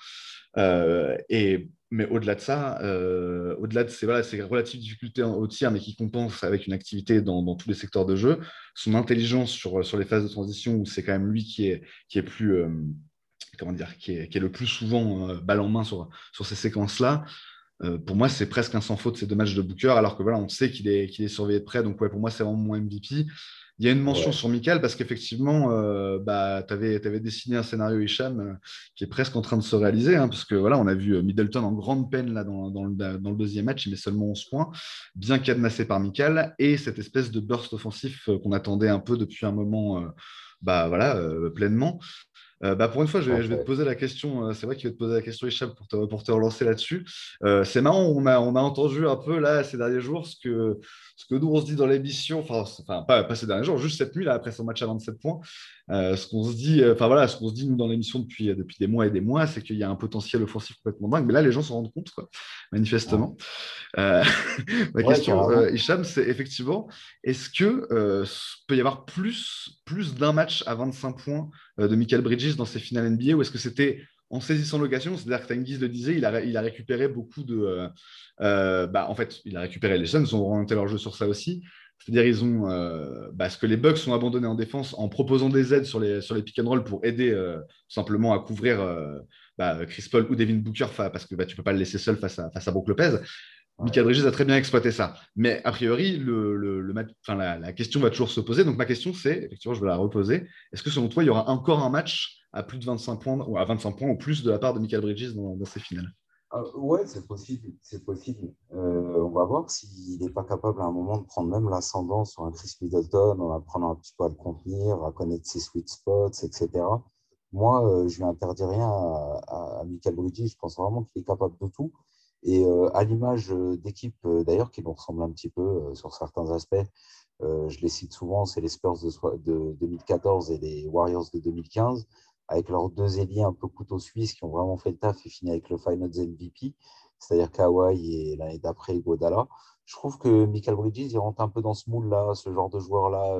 Euh, et, mais au-delà de ça, euh, au-delà de ces, voilà, ces relatives difficultés au tir, mais qui compensent avec une activité dans, dans tous les secteurs de jeu, son intelligence sur, sur les phases de transition, où c'est quand même lui qui est, qui est plus, euh, comment dire, qui est, qui est le plus souvent euh, balle en main sur, sur ces séquences-là. Euh, pour moi, c'est presque un sans faute ces deux matchs de Booker, alors que voilà, on sait qu'il est, qu'il est surveillé de près. Donc, ouais, pour moi, c'est vraiment mon M V P. Il y a une mention Ouais. sur Mikal parce qu'effectivement, euh, bah, tu avais, dessiné un scénario, Hicham, euh, qui est presque en train de se réaliser. Hein, parce que voilà, on a vu Middleton en grande peine là, dans, dans, le, dans le deuxième match, il met seulement onze points, bien cadenassé par Mikal. Et cette espèce de burst offensif euh, qu'on attendait un peu depuis un moment, euh, bah, voilà, euh, pleinement. Euh, bah, pour une fois, je vais, je vais, te poser la question. Euh, c'est vrai qu'il va te poser la question, Hicham, pour te, pour te relancer là-dessus. Euh, c'est marrant, on a, on a entendu un peu là ces derniers jours ce que, ce que nous on se dit dans l'émission, enfin, enfin pas, pas ces derniers jours, juste cette nuit là après son match à vingt-sept points. Euh, ce qu'on se dit, enfin voilà, ce qu'on se dit nous dans l'émission depuis, depuis des mois et des mois, c'est qu'il y a un potentiel offensif complètement dingue. Mais là, les gens s'en rendent compte, quoi, manifestement. Euh, ma Ouais, question, carrément. euh, Hicham, c'est effectivement, est-ce que euh, peut y avoir plus, plus d'un match à vingt-cinq points euh, de Mikal Bridges dans ses finales N B A, ou est-ce que c'était en saisissant l'occasion, c'est-à-dire que Tengiz le disait, il a, il a récupéré beaucoup de... Euh, euh, bah, en fait, il a récupéré les Suns, ils ont orienté leur jeu sur ça aussi. C'est-à-dire ils ont... Euh, bah, ce que les Bucks ont abandonné en défense en proposant des aides sur les, sur les pick and roll pour aider euh, simplement à couvrir euh, bah, Chris Paul ou Devin Booker, parce que bah, tu ne peux pas le laisser seul face à, face à Brook Lopez. Ouais. Mikal Bridges a très bien exploité ça. Mais a priori, le, le, le match, la, la question va toujours se poser. Donc ma question, c'est, effectivement, je vais la reposer. Est-ce que selon toi, il y aura encore un match à plus de vingt-cinq points, ou à vingt-cinq points ou plus de la part de Mikal Bridges dans, dans ces finales? Euh, ouais, c'est possible. C'est possible. Euh, on va voir s'il n'est pas capable à un moment de prendre même l'ascendant sur un Chris Middleton en apprenant un petit peu à le contenir, à connaître ses sweet spots, et cetera. Moi, euh, je ne lui interdis rien à, à, à Mikal Bridges. Je pense vraiment qu'il est capable de tout. Et euh, à l'image d'équipes, euh, d'ailleurs, qui nous ressemblent un petit peu euh, sur certains aspects, euh, je les cite souvent, c'est les Spurs de, de deux mille quatorze et les Warriors de deux mille quinze, avec leurs deux ailiers un peu couteau suisse qui ont vraiment fait le taf et fini avec le Finals M V P, c'est-à-dire Kawhi et l'année d'après Iguodala. Je trouve que Mikal Bridges, il rentre un peu dans ce moule-là, ce genre de joueur-là.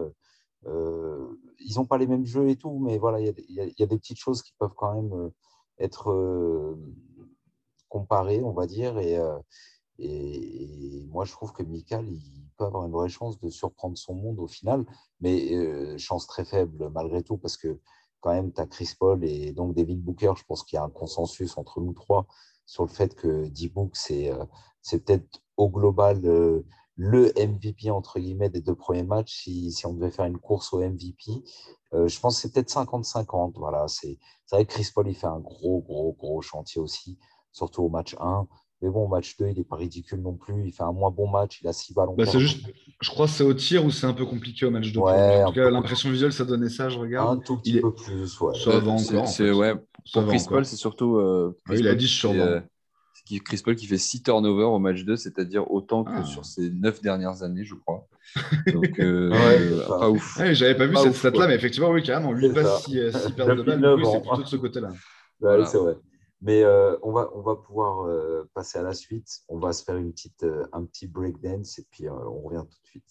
Euh, ils n'ont pas les mêmes jeux et tout, mais voilà, il y, y, y a des petites choses qui peuvent quand même être euh, comparées, on va dire. Et, euh, et, et moi, je trouve que Mikal, il peut avoir une vraie chance de surprendre son monde au final, mais euh, chance très faible malgré tout, parce que quand même, tu as Chris Paul et donc Devin Booker. Je pense qu'il y a un consensus entre nous trois sur le fait que D-Book, c'est, euh, c'est peut-être au global euh, le M V P, entre guillemets, des deux premiers matchs, si, si on devait faire une course au M V P, euh, je pense que c'est peut-être cinquante cinquante. Voilà, c'est, c'est vrai que Chris Paul, il fait un gros, gros, gros chantier aussi, surtout au match un. Mais bon, au match deux, il n'est pas ridicule non plus. Il fait un moins bon match, il a six ballons Bah, c'est perdus. juste, je crois que c'est au tir ou c'est un peu compliqué au match deux pour lui. Ouais, En un, tout cas, peu- l'impression visuelle, ça donnait ça, je regarde. un tout petit Il est... peu plus, ouais. Ça va Euh, c'est, encore, en c'est- fait. ouais, Ça pour va Chris Paul, encore. c'est surtout euh, Ouais, Chris il a Paul dix qui sur fait, vingt. euh, qui- Chris Paul qui fait six turnovers au match deux, c'est-à-dire autant que Ah. sur ses neuf dernières années, je crois. Donc, euh, Ouais, c'est ça. pas ouf. Ouais, j'avais pas vu Pas cette ouf, stat-là, quoi. mais effectivement, oui, carrément. huit C'est passes, ça. six pertes de Depuis balles. Du coup, neuf oui, c'est ans. plutôt de ce côté-là. Ouais, Voilà. c'est vrai. Mais euh, on va, on va pouvoir euh, passer à la suite. On va se faire une petite, euh, un petit breakdance et puis euh, on revient tout de suite.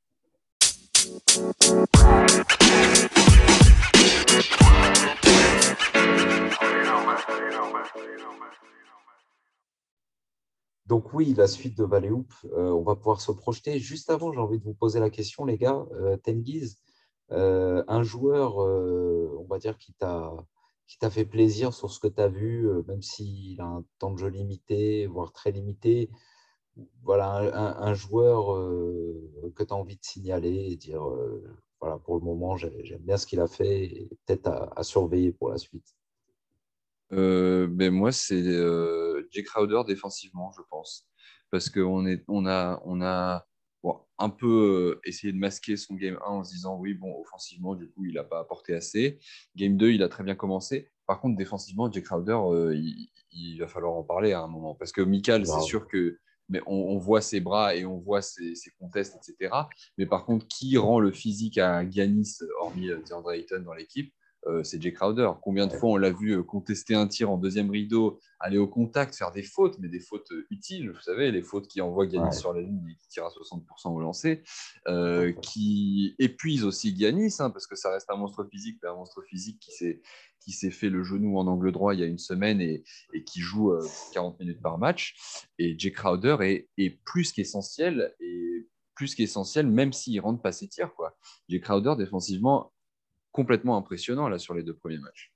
Donc oui, la suite de Valley Hoop, euh, on va pouvoir se projeter. Juste avant, j'ai envie de vous poser la question, les gars. Euh, Tengiz, euh, un joueur, euh, on va dire, qui t'a qui t'a fait plaisir sur ce que tu as vu, euh, même s'il a un temps de jeu limité, voire très limité. Voilà, un, un- un joueur euh, que tu as envie de signaler et dire, euh, voilà, pour le moment, j'ai- j'aime bien ce qu'il a fait et peut-être à, à surveiller pour la suite. Euh, ben moi, c'est euh, Jay Crowder défensivement, je pense. Parce qu'on est, on a, on a bon, un peu euh, essayé de masquer son game un en se disant oui, bon, offensivement, du coup, il n'a pas apporté assez. Game deux, il a très bien commencé. Par contre, défensivement, Jay Crowder, euh, il, il va falloir en parler à un moment. Parce que Mikal, c'est Grave. sûr que mais on, on voit ses bras et on voit ses, ses contests, et cetera. Mais par contre, qui rend le physique à Giannis, hormis euh, DeAndre Ayton dans l'équipe? Euh, c'est Jay Crowder. Combien de Ouais. fois on l'a vu euh, contester un tir en deuxième rideau, aller au contact, faire des fautes, mais des fautes euh, utiles, vous savez, les fautes qui envoient Giannis Ouais. sur la ligne et qui tirent à soixante pour cent au lancer, euh, qui épuise aussi Giannis, hein, parce que ça reste un monstre physique, mais un monstre physique qui s'est, qui s'est fait le genou en angle droit il y a une semaine et, et qui joue euh, quarante minutes par match. Et Jay Crowder est, est plus qu'essentiel, et plus qu'essentiel, même s'il ne rentre pas ses tirs, quoi. Jay Crowder, défensivement, complètement impressionnant là sur les deux premiers matchs.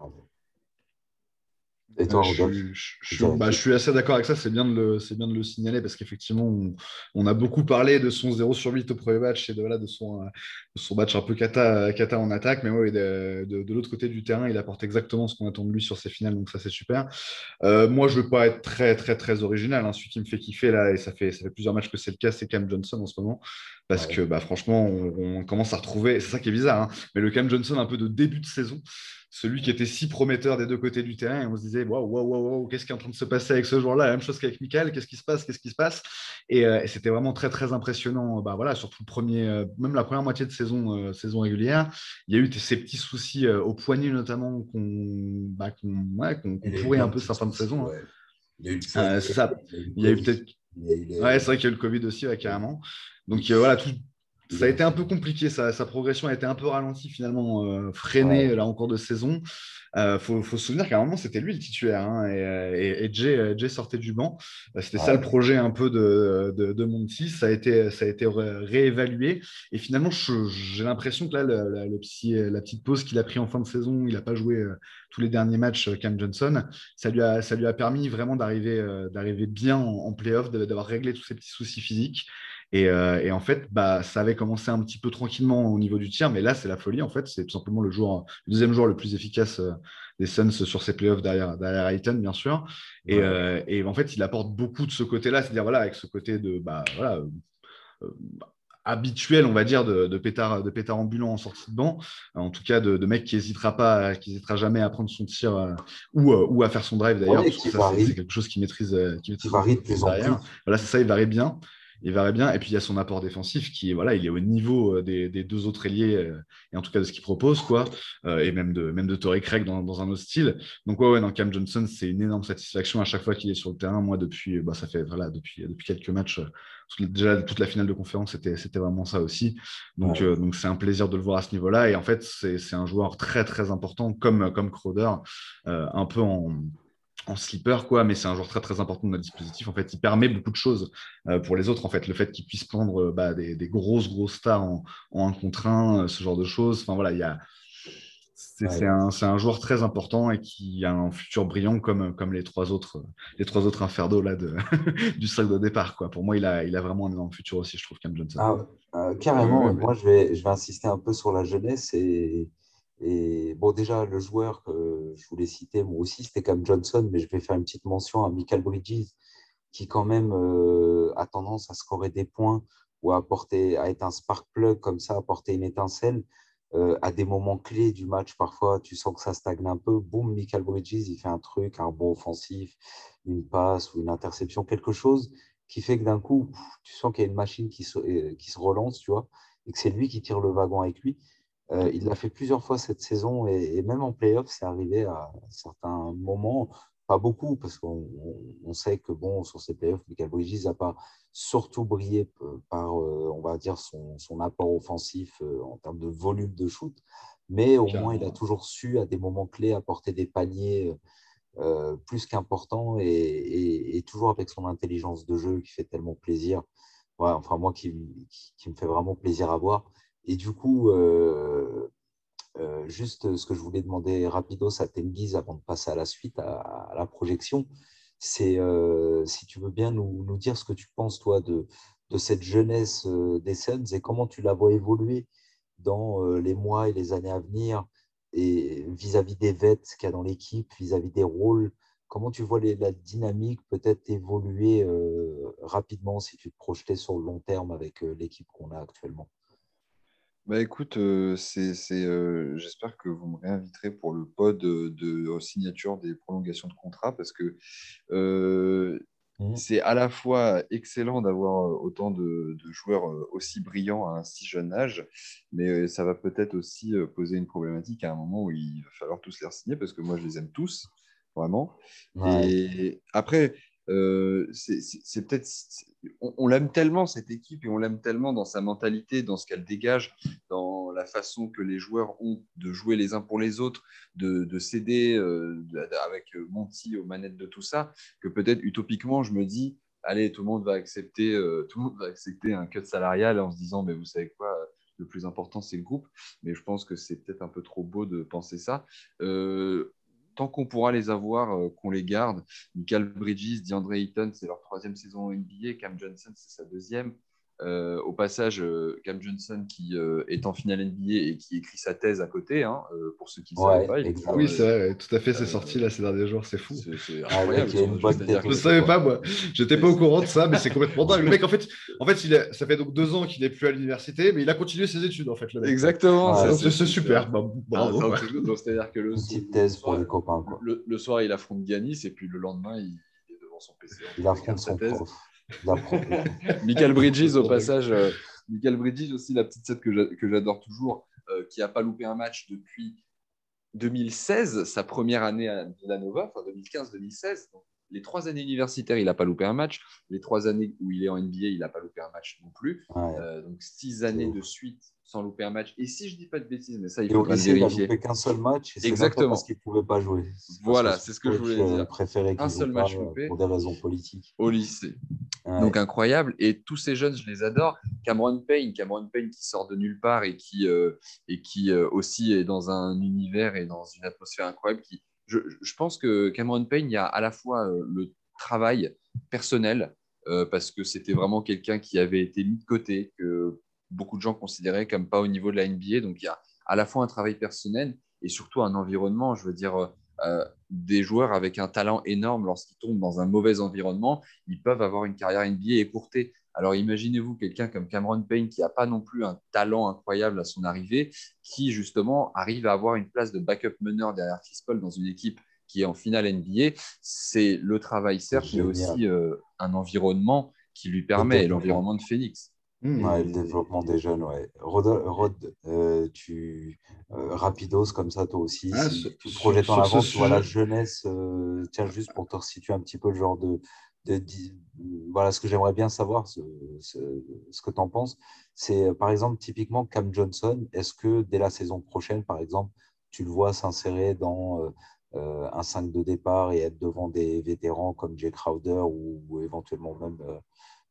Et Ouais, toi, je, Rodolphe, suis- je, tu suis- dirais bah, je qui? suis assez d'accord avec ça, c'est bien de le, c'est bien de le signaler parce qu'effectivement, on, on a beaucoup parlé de son zéro sur huit au premier match et de, voilà, de, son, euh, de son match un peu cata, cata en attaque, mais ouais, de, de, de l'autre côté du terrain, il apporte exactement ce qu'on attend de lui sur ses finales, donc ça c'est super. Euh, moi, je ne veux pas être très, très, très original, hein. Celui qui me fait kiffer là, et ça fait, ça fait plusieurs matchs que c'est le cas, c'est Cam Johnson en ce moment, parce Ouais. que bah, franchement, on, on commence à retrouver, c'est ça qui est bizarre, hein, mais le Cam Johnson un peu de début de saison, celui qui était si prometteur des deux côtés du terrain, et on se disait, waouh, waouh, waouh, waouh, qu'est-ce qui est en train de se passer avec ce joueur-là? La même chose qu'avec Michael, qu'est-ce qui se passe, qu'est-ce qui se passe? Et, euh, et c'était vraiment très, très impressionnant, bah, voilà, surtout le premier, euh, même la première moitié de saison, euh, saison régulière. Il y a eu ces petits soucis euh, au poignet, notamment, qu'on bah, qu'on ouais, qu'on, qu'on Il a eu pourrait plein un de peu petits sa fin de soucis, saison, hein. ouais. Il y a eu le Euh, poignet, c'est ça. il y a eu le Il y a eu Covid, peut-être. il y a eu les- Ouais, c'est vrai qu'il y a eu le Covid aussi, ouais, carrément. Donc euh, voilà, tout, il ça a a- été un peu compliqué, sa, sa progression a été un peu ralentie finalement, euh, freinée Ouais. là en cours de saison. Il faut, faut se souvenir qu'à un moment c'était lui le titulaire, hein, et, euh, et- et Jay, euh, Jay sortait du banc. Euh, C'était ça le Ouais. projet un peu de, de, de Monty. Ça a été, ça a été ré- réévalué. Et finalement, je- j'ai l'impression que là, le, le- le petit, la petite pause qu'il a pris en fin de saison, il n'a pas joué euh, tous les derniers matchs, euh, Cam Johnson. Ça lui a, ça lui a permis vraiment d'arriver euh, d'arriver bien en, en playoff, de- d'avoir réglé tous ces petits soucis physiques. Et, euh, et en fait, bah, ça avait commencé un petit peu tranquillement au niveau du tir, mais là, c'est la folie. En fait, c'est tout simplement le, joueur, le deuxième joueur le plus efficace euh, des Suns sur ces playoffs derrière, derrière Ayton, bien sûr. Et, Ouais. euh, et en fait, il apporte beaucoup de ce côté-là, c'est-à-dire voilà, avec ce côté de bah, voilà, euh, habituel, on va dire, de, de, pétard, de pétard ambulant en sortie de banc. En tout cas, de, de mec qui n'hésitera pas, qui hésitera jamais à prendre son tir euh, ou, euh, ou à faire son drive d'ailleurs, Ouais, parce que qui ça, c'est c'est varie, quelque chose qu'il maîtrise, euh, qu'il qui maîtrise varie de beaucoup plus en plus. derrière. Voilà, c'est ça, il varie bien. Il varie bien. Et puis, il y a son apport défensif qui est, voilà, il est au niveau euh, des, des deux autres ailiers, euh, et en tout cas de ce qu'il propose, quoi. Euh, et même de, même de Torrey Craig dans, dans un autre style. Donc, ouais, ouais, dans Cam Johnson, c'est une énorme satisfaction à chaque fois qu'il est sur le terrain. Moi, depuis, bah, ça fait, voilà, depuis, depuis quelques matchs, euh, déjà toute la finale de conférence, c'était, c'était vraiment ça aussi. Donc, Ouais. euh, donc, c'est un plaisir de le voir à ce niveau-là. Et en fait, c'est, c'est un joueur très, très important, comme, comme Crowder, euh, un peu en en slipper, quoi, mais c'est un joueur très très important de notre dispositif. En fait, il permet beaucoup de choses euh, pour les autres. En fait, le fait qu'il puisse prendre euh, bah, des, des grosses grosses stars en, en un contre un, euh, ce genre de choses. Enfin voilà, il y a C'est Ouais. c'est un, c'est un joueur très important et qui a un futur brillant comme, comme les trois autres, les trois autres infernos là, de, du cercle de départ, quoi. Pour moi, il a, il a vraiment un énorme futur aussi, je trouve, Cam Johnson. Ah, euh, Ouais, ouais, carrément, ouais, et mais- moi je vais, je vais insister un peu sur la jeunesse et, et bon déjà le joueur que je voulais citer moi aussi c'était Cam Johnson, mais je vais faire une petite mention à Michael Bridges qui quand même euh, a tendance à scorer des points ou à apporter, à être un spark plug comme ça, apporter une étincelle euh, à des moments clés du match. Parfois tu sens que ça stagne un peu, boum, Michael Bridges il fait un truc, un bon offensif, une passe ou une interception, quelque chose qui fait que d'un coup, pff, tu sens qu'il y a une machine qui se, euh, qui se relance, tu vois, et que c'est lui qui tire le wagon avec lui. Euh, il l'a fait plusieurs fois cette saison et, et même en playoff, c'est arrivé à certains moments, pas beaucoup, parce qu'on on, on sait que bon, sur ces playoffs, Michael Bridges n'a pas surtout brillé p- par, euh, on va dire, son, son apport offensif euh, en termes de volume de shoot, mais au moins il a Carrément. toujours su à des moments clés apporter des paniers euh, plus qu'important et, et- et toujours avec son intelligence de jeu qui fait tellement plaisir. Ouais, enfin, moi, qui, qui, qui me fait vraiment plaisir à voir. Et du coup, euh, euh, juste ce que je voulais demander rapidos à Tengiz avant de passer à la suite, à, à la projection, c'est euh, si tu veux bien nous, nous dire ce que tu penses, toi, de, de cette jeunesse euh, des Suns et comment tu la vois évoluer dans euh, les mois et les années à venir et vis-à-vis des vets qu'il y a dans l'équipe, vis-à-vis des rôles. Comment tu vois les- la dynamique peut-être évoluer euh, rapidement si tu te projetais sur le long terme avec euh, l'équipe qu'on a actuellement? Bah écoute, euh, c'est, c'est, euh, j'espère que vous me réinviterez pour le pod de, de signature des prolongations de contrat parce que euh, Mhm. c'est à la fois excellent d'avoir euh, autant de, de joueurs euh, aussi brillants à un si jeune âge, mais euh, ça va peut-être aussi euh, poser une problématique à un moment où il va falloir tous les signer parce que moi je les aime tous, vraiment. Ouais, Et après, euh, c'est c'est- c'est peut-être. c'est- On, on l'aime tellement cette équipe et on l'aime tellement dans sa mentalité, dans ce qu'elle dégage, dans la façon que les joueurs ont de jouer les uns pour les autres, de, de s'aider euh, de- avec Monty aux manettes de tout ça, que peut-être utopiquement, je me dis, allez, tout le monde va accepter, euh, tout le monde va accepter un cut salarial en se disant, mais vous savez quoi, le plus important, c'est le groupe. Mais je pense que c'est peut-être un peu trop beau de penser ça. Euh, Tant qu'on pourra les avoir, euh, qu'on les garde. Michael Bridges, DeAndre Ayton, c'est leur troisième saison en N B A. Cam Johnson, c'est sa deuxième. Euh, au passage, euh, Cam Johnson qui euh, est en finale N B A et qui écrit sa thèse à côté, hein, euh, pour ceux qui ne savaient ouais, pas, il est toujours, exact. Oui, c'est euh, vrai, tout à fait, c'est sorti euh, là ces derniers jours, c'est fou. c'est c'est Ah, le mec, incroyable. il a une bonne C'est-à-dire tête Je ne que aussi, savais quoi. pas, moi. J'étais pas au courant de ça, mais c'est complètement dingue. Le mec, en fait, en fait, il est- ça fait donc deux ans qu'il n'est plus à l'université, mais il a continué ses études, en fait, le mec, quoi. exactement, Ouais, c'est Donc, c'est c'est- c'est c'est- c'est un, super, bah, c'est un- bravo, c'est un quoi. truc de- donc, c'est-à-dire que le, une so- petite le thèse pour soir, les copains, quoi. le, le soir, il affronte Giannis et puis le lendemain, il, il est devant son P C en Il train d'écrire affronte sa son thèse. prof. Il apprend. Michael Bridges, au Complètement dingue. passage, euh, Michael Bridges aussi, la petite set que j'a- que j'adore toujours, euh, qui n'a pas loupé un match depuis deux mille seize, sa première année à Villanova, enfin deux mille quinze deux mille seize. Donc, les trois années universitaires, il n'a pas loupé un match. Les trois années où il est en N B A, il n'a pas loupé un match non plus. Ouais, Euh, donc six c'est années ouf. de suite sans louper un match. Et si je dis pas de bêtises, mais ça, il Et au faudra le lycée, il a vérifier. loupé qu'un seul match, et c'est même pas parce Exactement. qu'il pouvait pas jouer. C'est parce que Voilà, son c'est ce que je coach voulais euh, dire. préférait Un qu'il joue seul pas match euh, loupé pour des raisons politiques. au lycée. Ouais, Donc incroyable. Et tous ces jeunes, je les adore. Cameron Payne, Cameron Payne qui sort de nulle part et qui, euh, et qui euh, aussi est dans un univers et dans une atmosphère incroyable. Qui, je, je pense que Cameron Payne, il y a à la fois euh, le travail personnel, euh, parce que c'était vraiment quelqu'un qui avait été mis de côté, que beaucoup de gens considéraient comme pas au niveau de la N B A. Donc il y a à la fois un travail personnel et surtout un environnement. Je veux dire, euh, des joueurs avec un talent énorme, lorsqu'ils tombent dans un mauvais environnement, ils peuvent avoir une carrière N B A écourtée. Alors imaginez-vous quelqu'un comme Cameron Payne qui n'a pas non plus un talent incroyable à son arrivée, qui justement arrive à avoir une place de backup meneur derrière Chris Paul dans une équipe qui est en finale N B A. C'est le travail c'est certes, mais génial. aussi euh, un environnement qui lui Et le permet, et développement. l'environnement de Phoenix. Ouais, Hmm. le développement des jeunes, ouais. Rod, Rod, euh, tu, euh, rapidos comme ça, toi aussi, Ah, si sur, tu te sur- projettes en sur ce avant, tu vois la sujet, jeunesse, euh, tiens, juste pour te resituer un petit peu le genre de, de, di- voilà, ce que j'aimerais bien savoir, ce, ce, ce que tu en penses, c'est euh, par exemple, typiquement Cam Johnson, est-ce que dès la saison prochaine, par exemple, tu le vois s'insérer dans euh, euh, un cinq de départ et être devant des vétérans comme Jay Crowder ou, ou éventuellement même euh,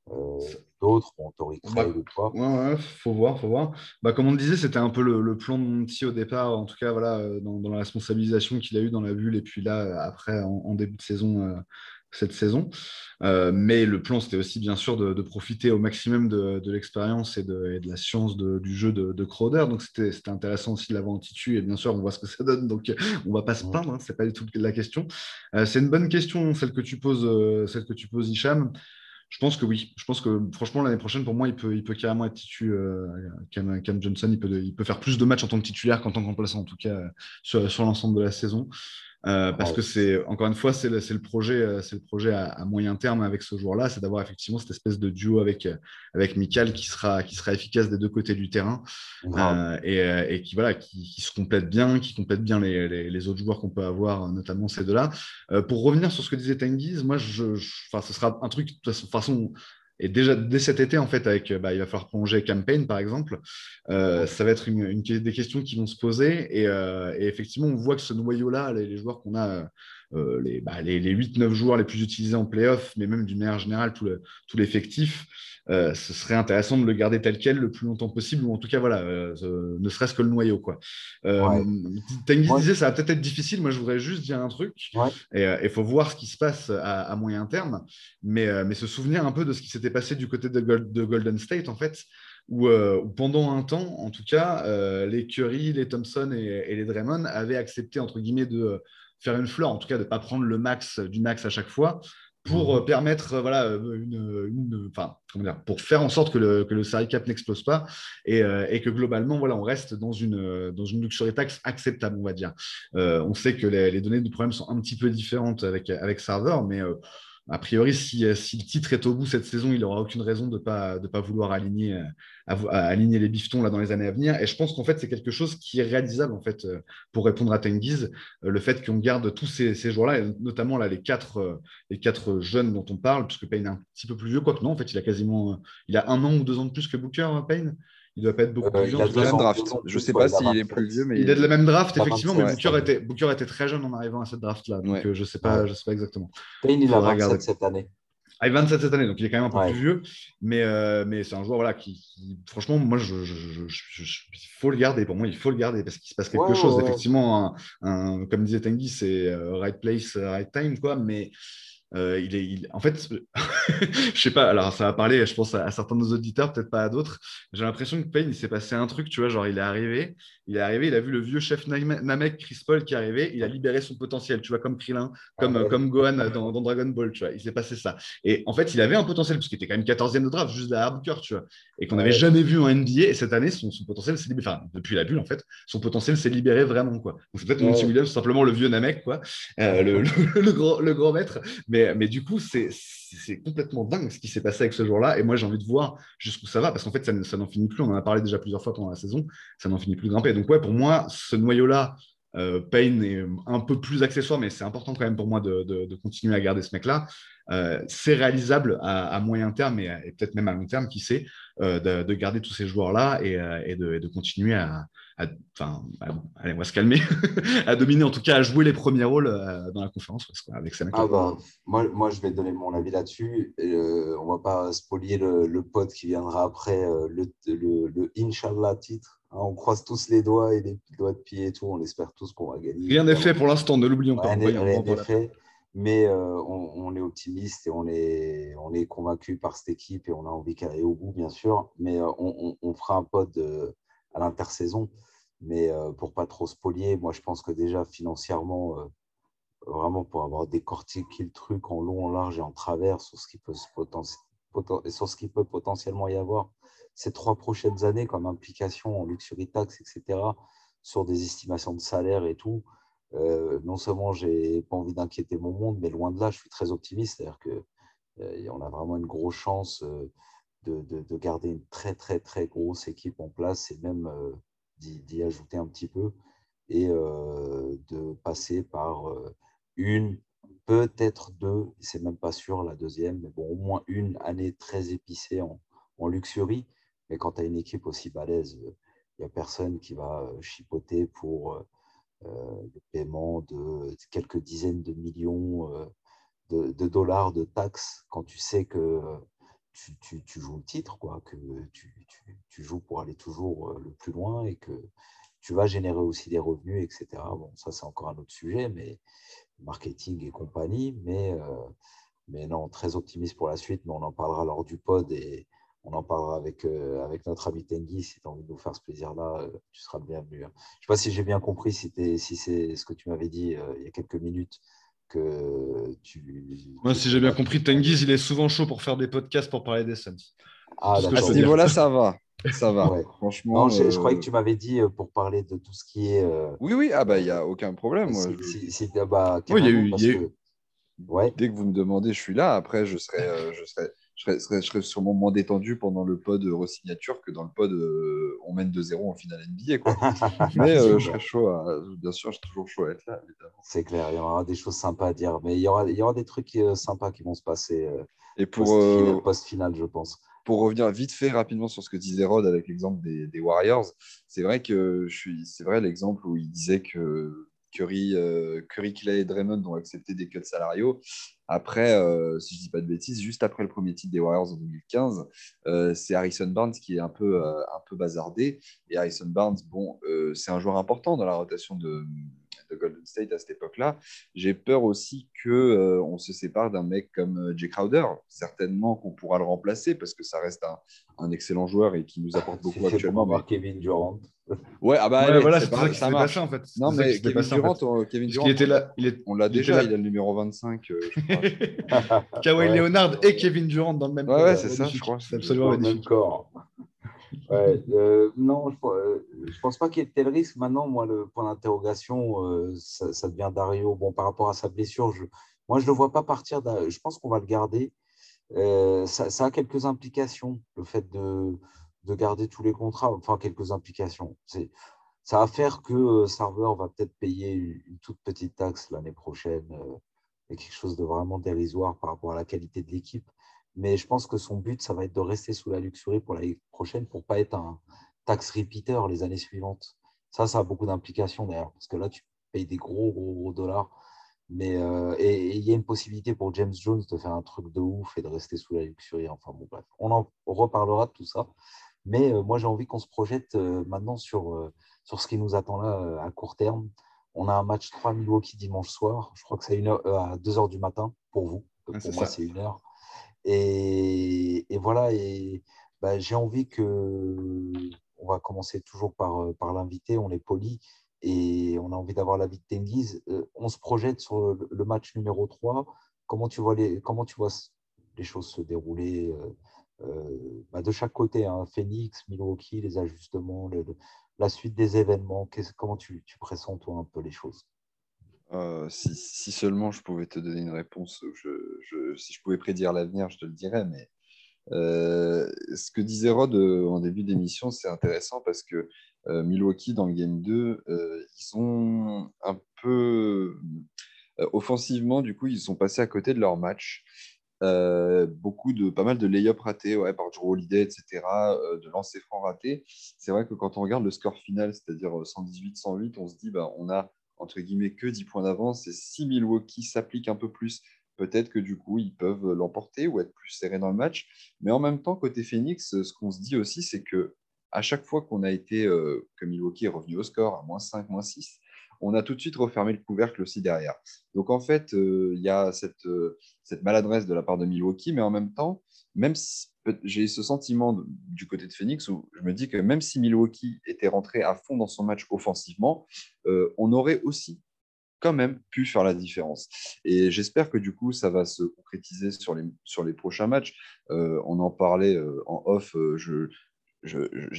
euh, d'autres, bon, Torrey Bah, Craig ou quoi. ouais, ouais, faut voir, faut voir. Bah, comme on le disait, c'était un peu le, le plan de Monty au départ, en tout cas, voilà, euh, dans, dans la responsabilisation qu'il a eue dans la bulle, et puis là, euh, après, en, en début de saison, euh, cette saison. Euh, mais le plan, c'était aussi, bien sûr, de, de profiter au maximum de, de l'expérience et de, et de la science de- du jeu de, de Crowder. Donc, c'était c'était intéressant aussi de l'avoir en titu, et bien sûr, on voit ce que ça donne, donc on va pas se Mm. plaindre, hein, c'est pas du tout la question. Euh, c'est une bonne question, celle que tu poses, euh, celle que tu poses, Hicham. Je pense que oui. Je pense que franchement, l'année prochaine, pour moi, il peut, il peut carrément être titu. euh, Cam, Cam Johnson, il peut, il peut faire plus de matchs en tant que titulaire qu'en tant que remplaçant, en tout cas, euh, sur, sur l'ensemble de la saison. Euh, parce Ouais, que c'est, encore une fois, c'est le, c'est le projet, euh, c'est le projet à, à moyen terme avec ce joueur-là, c'est d'avoir effectivement cette espèce de duo avec, euh, avec Mikal qui sera, qui sera efficace des deux côtés du terrain grave. euh, et, euh, et qui, voilà, qui, qui se complète bien, qui complète bien les, les, les autres joueurs qu'on peut avoir, notamment ces deux-là. Euh, pour revenir sur ce que disait Tengiz, moi, je, je, enfin, ce sera un truc, de toute façon, et déjà dès cet été, en fait, avec, bah, il va falloir prolonger Campaign, par exemple, euh, ça va être une, une, des questions qui vont se poser. Et, euh, et effectivement, on voit que ce noyau-là, les, les joueurs qu'on a, euh, les, bah, les, les huit neuf joueurs les plus utilisés en playoff, mais même d'une manière générale, tout, le, tout l'effectif, euh, ce serait intéressant de le garder tel quel le plus longtemps possible, ou en tout cas, voilà, euh, euh, ne serait-ce que le noyau, quoi. Euh, Ouais. Tengiz Moi, disait, ça va peut-être être difficile. Moi, je voudrais juste dire un truc. ouais. Et il euh, faut voir ce qui se passe à, à moyen terme. Mais, euh, mais se souvenir un peu de ce qui s'était passé du côté de, Gold, de Golden State, en fait, où, euh, où pendant un temps, en tout cas, euh, les Curry, les Thompson et, et les Draymond avaient accepté, entre guillemets, de faire une fleur, en tout cas de ne pas prendre le max du max à chaque fois, pour euh, Mhm. permettre, euh, voilà, une, une, enfin, comment dire, pour faire en sorte que le, que le salary cap n'explose pas et, euh, et que globalement, voilà, on reste dans une, dans une luxury tax acceptable, on va dire. Euh, on sait que les, les données du problème sont un petit peu différentes avec, avec Server, mais euh, a priori, si, si, le titre est au bout cette saison, il n'aura aucune raison de ne pas, de pas vouloir aligner, à, à aligner les bifetons là, dans les années à venir. Et je pense qu'en fait, c'est quelque chose qui est réalisable en fait, pour répondre à Tengiz. Le fait qu'on garde tous ces, ces joueurs-là, et notamment là, les, quatre, les quatre jeunes dont on parle, puisque Payne est un petit peu plus vieux, quoique non, en fait, il a quasiment il a un an ou deux ans de plus que Booker, Payne. Il ne doit pas être beaucoup plus Euh, vieux il en a tout La deux cas. même ans, deux draft. ans de Je plus, sais ouais, pas il a s'il est plus vingt-sept. vieux, mais Il est de la même draft, Il a effectivement, mais vingt-sept Booker cette année. était, Booker était très jeune en arrivant à cette draft-là. Donc, ouais. euh, je ne sais, Ouais. je sais pas exactement. Payne, il a Faudra regarder. vingt-sept cette année. Ah, il a vingt-sept cette année, donc il est quand même un peu Ouais. plus vieux. Mais, euh, mais c'est un joueur voilà, qui, qui franchement, moi, je, je, je, je, je- il faut le garder. Pour moi, il faut le garder parce qu'il se passe Ouais, quelque chose. ouais, ouais. Effectivement, un, un- comme disait Tanguy, c'est euh, right place, right time, quoi. Mais euh, il est, il- en fait, je sais pas. Alors, ça va parler, je pense, à, à certains de nos auditeurs, peut-être pas à d'autres. J'ai l'impression que Payne, il s'est passé un truc, tu vois. Genre, il est arrivé, il est arrivé, il a vu le vieux chef Nam- Namek, Chris Paul, qui est arrivé, il a libéré son potentiel, tu vois, comme Krillin, comme, euh, Ouais. comme Gohan dans, dans Dragon Ball, tu vois. Il s'est passé ça. Et en fait, il avait un potentiel, puisqu'il était quand même quatorzième de draft, juste derrière Booker, tu vois. Et qu'on n'avait Ouais. jamais vu en N B A. Et cette année, son, son potentiel s'est libéré. Enfin, depuis la bulle, en fait, son potentiel s'est libéré vraiment, quoi. Donc, c'est peut-être Monty Ouais. Williams, simplement le vieux Namek, quoi. Euh, le, le, le, grand, le grand maître. Mais, mais du coup, c'est c'est complètement dingue ce qui s'est passé avec ce jour-là. Et moi, j'ai envie de voir jusqu'où ça va, parce qu'en fait, ça, ça n'en finit plus. On en a parlé déjà plusieurs fois pendant la saison. Ça n'en finit plus de grimper. Donc, ouais, pour moi, ce noyau-là, euh, Payne est un peu plus accessoire, mais c'est important quand même pour moi de, de, de continuer à garder ce mec-là. Euh, c'est réalisable à, à moyen terme et, et peut-être même à long terme, qui sait, euh, de, de garder tous ces joueurs-là et, euh, et, de, et de continuer à, enfin, allez, on va se calmer, à dominer, en tout cas à jouer les premiers rôles euh, dans la conférence quoi, avec ces mecs-là. Ah bah, moi, moi, je vais donner mon avis là-dessus. Euh, on ne va pas spolier le, le pote qui viendra après, euh, le, le, le Inch'Allah titre. Hein, on croise tous les doigts et les doigts de pied et tout. On espère tous qu'on va gagner, Rien n'est évidemment. fait pour l'instant, ne l'oublions pas. Rien On va, n'est on va rien en n'est parler après. fait, mais euh, on, on est optimiste et on est, on est convaincu par cette équipe et on a envie qu'elle aille au bout, bien sûr. Mais euh, on, on, on fera un pod euh, à l'intersaison. Mais euh, pour pas trop spolier, moi, je pense que déjà financièrement, euh, vraiment pour avoir décortiqué le truc en long, en large et en travers sur ce qui peut, se poten- poten- sur ce qui peut potentiellement y avoir ces trois prochaines années comme implication en luxury tax, et cetera, sur des estimations de salaire et tout. Euh, non seulement j'ai pas envie d'inquiéter mon monde, mais loin de là, je suis très optimiste. C'est-à-dire que euh, on a vraiment une grosse chance euh, de, de, de garder une très, très, très grosse équipe en place et même euh, d'y, d'y ajouter un petit peu et euh, de passer par euh, une, peut-être deux, c'est même pas sûr la deuxième, mais bon, au moins une année très épicée en, en luxury. Mais quand tu as une équipe aussi balèze, il n'y a personne qui va chipoter pour euh, le paiement de quelques dizaines de millions euh, de, de dollars de taxes quand tu sais que tu, tu, tu joues le titre, quoi, que tu, tu, tu joues pour aller toujours le plus loin et que tu vas générer aussi des revenus, et cetera. Bon, ça, c'est encore un autre sujet, mais marketing et compagnie. Mais, euh, mais non, très optimiste pour la suite, mais on en parlera lors du pod et on en parlera avec, euh, avec notre ami Tanguy. Si tu as envie de nous faire ce plaisir-là, euh, tu seras le bienvenu. Hein. Je ne sais pas si j'ai bien compris, si, si c'est ce que tu m'avais dit euh, il y a quelques minutes, que tu… Moi, tu si j'ai bien étais compris, Tengiz, il est souvent chaud pour faire des podcasts pour parler des Suns. Ah, Tout ce que À je ce peux dire. niveau-là, ça va. Ça va. Ouais. Non, Franchement. je, je croyais que euh, tu m'avais dit euh, pour parler de tout ce qui est… euh, Oui, oui, ah bah, il n'y euh, a aucun problème. Moi, si, je- si, si- ah bah, Oui, il y a carrément, eu, il y parce a eu- que… Ouais. Dès que vous me demandez, je suis là. Après, je serai, euh, je serai, je serai, je serai, je serai sûrement moins détendu pendant le pod re-signature que dans le pod euh, on mène deux zéro en finale N B A, quoi. Mais C'est euh, je clair. serai chaud à… Bien sûr, je suis toujours chaud à être là, évidemment. C'est clair, il y aura des choses sympas à dire, mais il y aura, il y aura des trucs euh, sympas qui vont se passer euh, Et pour, post-finale, euh, post-finale, je pense. pour revenir vite fait rapidement sur ce que disait Rod avec l'exemple des, des Warriors, c'est vrai que je suis, c'est vrai l'exemple où il disait que Curry, euh, Curry, Clay et Draymond ont accepté des cuts salariaux. Après, euh, si je dis pas de bêtises, juste après le premier titre des Warriors en deux mille quinze, euh, c'est Harrison Barnes qui est un peu, euh, un peu bazardé. Et Harrison Barnes, bon, euh, c'est un joueur important dans la rotation de, de Golden State à cette époque-là. J'ai peur aussi que euh, on se sépare d'un mec comme euh, Jay Crowder. Certainement qu'on pourra le remplacer parce que ça reste un, un excellent joueur et qui nous apporte C'est beaucoup fait pour actuellement. Mais avoir Kevin Durant. ouais, ah bah Ouais, allez, voilà, c'est c'est ça pas, qui ça s'était passé marche. en fait. Non, C'est ça qui mais s'était Kevin passé en Durant, fait. on, Kevin Parce Durant, qu'il était on l'a, là, il, est, on l'a il était déjà. là. Il a le numéro vingt-cinq, euh, je crois. Kawhi Ouais, Leonard et Kevin Durant dans le même Ouais, pod. ouais, C'est c'est ça, je magnifique. crois. C'est Je- absolument dans le même magnifique. corps. Ouais, euh, non, je, euh, je pense pas qu'il y ait tel risque. Maintenant, moi, le point d'interrogation, euh, ça, ça devient Dario. Bon, par rapport à sa blessure, je, moi, je le vois pas partir. d'un- Je pense qu'on va le garder. Euh, ça, ça a quelques implications, le fait de, de garder tous les contrats. Enfin, quelques implications. C'est, ça va faire que euh, Server va peut-être payer une, une toute petite taxe l'année prochaine, euh, et quelque chose de vraiment dérisoire par rapport à la qualité de l'équipe. Mais je pense que son but, ça va être de rester sous la luxury pour l'année prochaine pour ne pas être un tax repeater les années suivantes. Ça, ça a beaucoup d'implications d'ailleurs, parce que là, tu payes des gros, gros, gros dollars. Mais, euh, et il y a une possibilité pour James Jones de faire un truc de ouf et de rester sous la luxury. Enfin bon, bref, on en reparlera de tout ça. Mais euh, moi, j'ai envie qu'on se projette euh, maintenant sur, euh, sur ce qui nous attend là euh, à court terme. On a un match trois Milwaukee dimanche soir. Je crois que c'est une heure, euh, à deux heures du matin pour vous. Ouais, c'est Pour moi, ça. c'est une heure. Et, et voilà. Et bah, j'ai envie que. On va commencer toujours par, euh, par l'invité. On est poli. Et on a envie d'avoir l'avis de Tengiz. Euh, on se projette sur le, le match numéro trois. Comment tu vois les, comment tu vois les choses se dérouler euh, euh, bah, de chaque côté, hein, Phoenix, Milwaukee, les ajustements, le, le, la suite des événements, comment tu, tu pressens toi un peu les choses? Euh, si, si seulement je pouvais te donner une réponse, je, je, si je pouvais prédire l'avenir, je te le dirais. Mais euh, ce que disait Rod euh, en début d'émission, c'est intéressant parce que euh, Milwaukee, dans le Game deux, euh, ils ont un peu… Euh, offensivement, du coup, ils sont passés à côté de leur match. Euh, beaucoup de, pas mal de lay-up ratés ouais, par Drew Holiday, et cetera, euh, de lancers francs ratés. C'est vrai que quand on regarde le score final, c'est-à-dire cent dix-huit cent huit, on se dit bah, on a entre guillemets que dix points d'avance. Et si Milwaukee s'applique un peu plus, peut-être que du coup, ils peuvent l'emporter ou être plus serrés dans le match. Mais en même temps, côté Phoenix, ce qu'on se dit aussi, c'est que à chaque fois qu'on a été, euh, que Milwaukee est revenu au score à moins cinq, moins six, on a tout de suite refermé le couvercle aussi derrière. Donc en fait, euh, il y a cette, euh, cette maladresse de la part de Milwaukee, mais en même temps, même si j'ai ce sentiment de, du côté de Phoenix où je me dis que même si Milwaukee était rentré à fond dans son match offensivement, euh, on aurait aussi quand même pu faire la différence. Et j'espère que du coup, ça va se concrétiser sur les, sur les prochains matchs. Euh, on en parlait euh, en off, euh, je je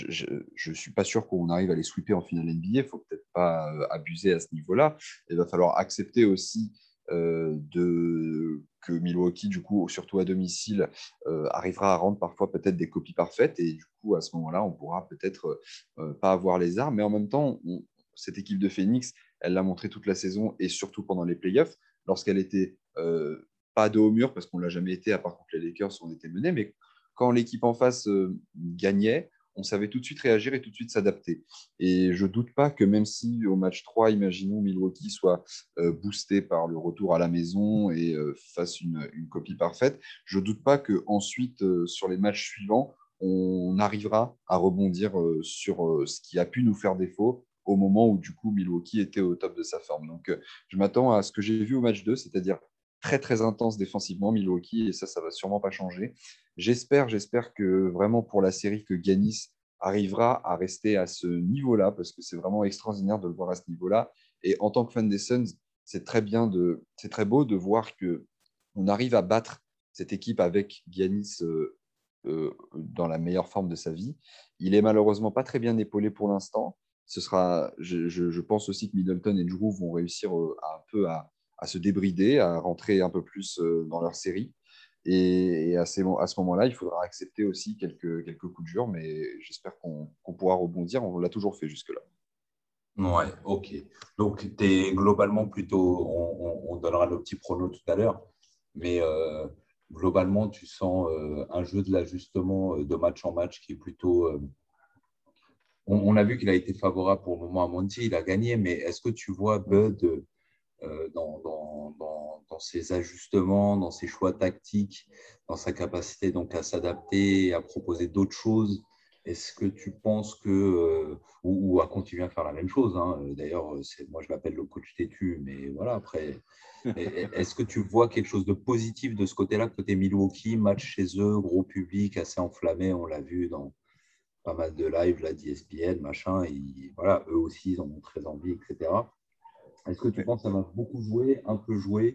ne suis pas sûr qu'on arrive à les sweeper en finale N B A. Il ne faut peut-être pas euh, abuser à ce niveau-là. Il va falloir accepter aussi euh, de, que Milwaukee, du coup, surtout à domicile, euh, arrivera à rendre parfois peut-être des copies parfaites. Et du coup, à ce moment-là, on pourra peut-être euh, pas avoir les armes. Mais en même temps, on, cette équipe de Phoenix, elle l'a montré toute la saison et surtout pendant les playoffs, lorsqu'elle était euh, pas dos au mur, parce qu'on ne l'a jamais été, à part contre les Lakers, on était mené, mais quand l'équipe en face euh, gagnait, on savait tout de suite réagir et tout de suite s'adapter. Et je ne doute pas que même si au match trois, imaginons Milwaukee soit euh, boosté par le retour à la maison et euh, fasse une, une copie parfaite, je ne doute pas qu'ensuite, euh, sur les matchs suivants, on arrivera à rebondir euh, sur euh, ce qui a pu nous faire défaut au moment où du coup Milwaukee était au top de sa forme. Donc euh, je m'attends à ce que j'ai vu au match deux, c'est-à-dire très très intense défensivement Milwaukee, et ça, ça va sûrement pas changer. J'espère, j'espère que vraiment pour la série que Giannis arrivera à rester à ce niveau-là, parce que c'est vraiment extraordinaire de le voir à ce niveau-là. Et en tant que fan des Suns, c'est très bien de, c'est très beau de voir que on arrive à battre cette équipe avec Giannis euh, euh, dans la meilleure forme de sa vie. Il est malheureusement pas très bien épaulé pour l'instant. Ce sera, je, je, je pense aussi que Middleton et Drew vont réussir euh, à, un peu à, à se débrider, à rentrer un peu plus euh, dans leur série. Et, et à, ces, à ce moment-là, il faudra accepter aussi quelques, quelques coups durs, mais j'espère qu'on, qu'on pourra rebondir. On l'a toujours fait jusque-là. Ouais, ok. Donc, tu es globalement plutôt, on, on, on donnera le petit prono tout à l'heure, mais euh, globalement, tu sens euh, un jeu de l'ajustement euh, de match en match qui est plutôt… Euh, on, on a vu qu'il a été favorable pour le moment à Monty, il a gagné, mais est-ce que tu vois Bud euh, dans, dans, dans, dans ses ajustements, dans ses choix tactiques, dans sa capacité donc à s'adapter, à proposer d'autres choses? Est-ce que tu penses que, euh, ou, ou à continuer à faire la même chose, hein. D'ailleurs, c'est, moi je l'appelle le coach têtu, mais voilà, après, est-ce que tu vois quelque chose de positif de ce côté-là, côté Milwaukee, match chez eux, gros public, assez enflammé, on l'a vu dans pas mal de lives, là, d'E S P N, machin, et voilà, eux aussi, ils en ont très envie, et cetera. Est-ce que tu penses que ça va beaucoup jouer, un peu jouer?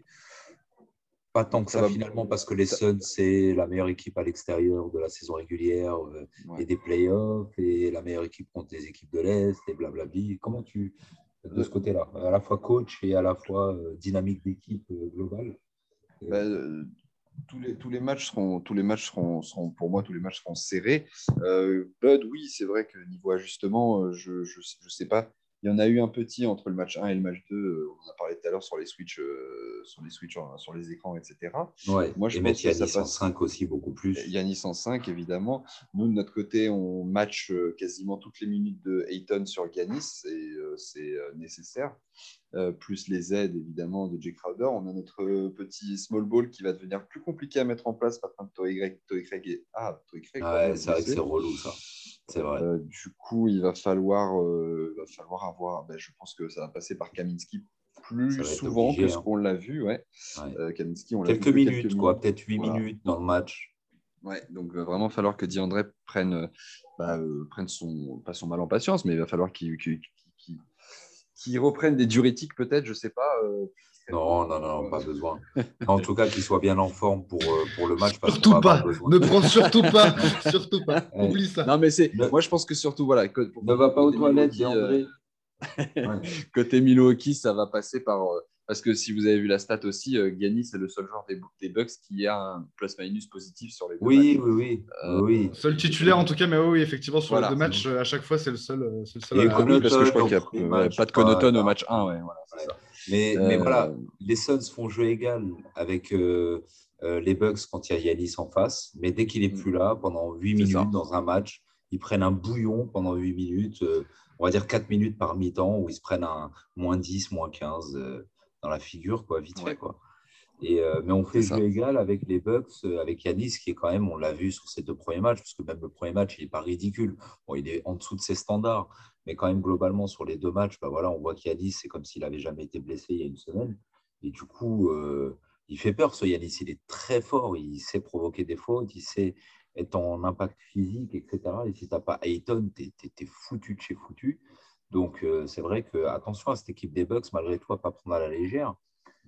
Pas tant que ça, ça va, finalement, parce que les ça... Suns, c'est la meilleure équipe à l'extérieur de la saison régulière euh, ouais. et des playoffs, et la meilleure équipe contre les équipes de l'Est, et blablabla. Comment tu, de ce côté-là, à la fois coach et à la fois euh, dynamique d'équipe euh, globale? bah, euh, tous, les, tous les matchs seront, tous les matchs seront, seront, pour moi, tous les matchs seront serrés. Euh, Bud, oui, c'est vrai que niveau ajustement, je ne je, je sais pas. Il y en a eu un petit entre le match un et le match deux. On en a parlé tout à l'heure sur les switches, euh, sur les switches, sur les écrans, et cetera. Ouais, moi, je et pense que Yanis ça passe. en cinq aussi, beaucoup plus. Yanis en cinq, évidemment. Nous, de notre côté, on match quasiment toutes les minutes de Ayton sur Giannis, et euh, c'est euh, nécessaire. Euh, plus les aides, évidemment, de Jay Crowder. On a notre petit small ball qui va devenir plus compliqué à mettre en place maintenant que Torrey Craig est… Ah, Torrey Craig. Ouais, c'est vrai que c'est relou, ça. C'est vrai. Euh, du coup, il va falloir, euh, va falloir avoir… Ben, je pense que ça va passer par Kaminski plus souvent obligé, que ce qu'on hein. l'a vu. Ouais. Ouais. Euh, Kaminski, on quelques l'a vu minutes, quelques quoi, minutes. peut-être huit voilà. minutes dans le match. Ouais, donc il va vraiment falloir que DeAndre prenne, bah, euh, prenne son, pas son mal en patience, mais il va falloir qu'il, qu'il, qu'il, qu'il reprenne des diurétiques peut-être, je sais pas. Euh, non, non, non, pas besoin. En tout cas, qu'il soit bien en forme pour, pour le match. Parce surtout qu'on pas, ne prends surtout pas, surtout pas, ouais. Oublie ça. Non, mais c'est, ne, moi je pense que surtout, voilà. Pour ne va pas aux toilettes, DeAndre. Euh, ouais. Côté Milwaukee, ça va passer par… Euh, parce que si vous avez vu la stat aussi, euh, Giannis c'est le seul joueur des, des Bucks qui a un plus-minus positif sur les deux oui, matchs. Oui, oui, euh, oui. Seul titulaire en tout cas, mais oui, effectivement, sur voilà, les deux matchs, à chaque fois, c'est le seul. C'est le seul et à... Connaughton, parce que je crois qu'il n'y a euh, pas de Connaughton au match un. Ouais, voilà, c'est ouais. ça. Mais, euh... mais voilà, les Suns font jeu égal avec euh, euh, les Bucks quand il y a Giannis en face, mais dès qu'il n'est plus là, pendant huit minutes ça. Dans un match, ils prennent un bouillon pendant huit minutes, euh, on va dire quatre minutes par mi-temps, où ils se prennent un moins dix, moins quinze euh, dans la figure, quoi, vite ouais. fait. Quoi. Et, euh, mais on fait jeu égal avec les Bucks, euh, avec Giannis, qui est quand même, on l'a vu sur ces deux premiers matchs, parce que même le premier match, il n'est pas ridicule. Bon, il est en dessous de ses standards, mais quand même, globalement, sur les deux matchs, bah voilà, on voit qu'Giannis, c'est comme s'il n'avait jamais été blessé il y a une semaine. Et du coup, euh, il fait peur, ce Giannis. Il est très fort, il sait provoquer des fautes, il sait être en impact physique, et cetera. Et si tu n'as pas Ayton, tu es foutu de chez foutu. Donc, euh, c'est vrai que, attention à cette équipe des Bucks, malgré toi, pas prendre à la légère.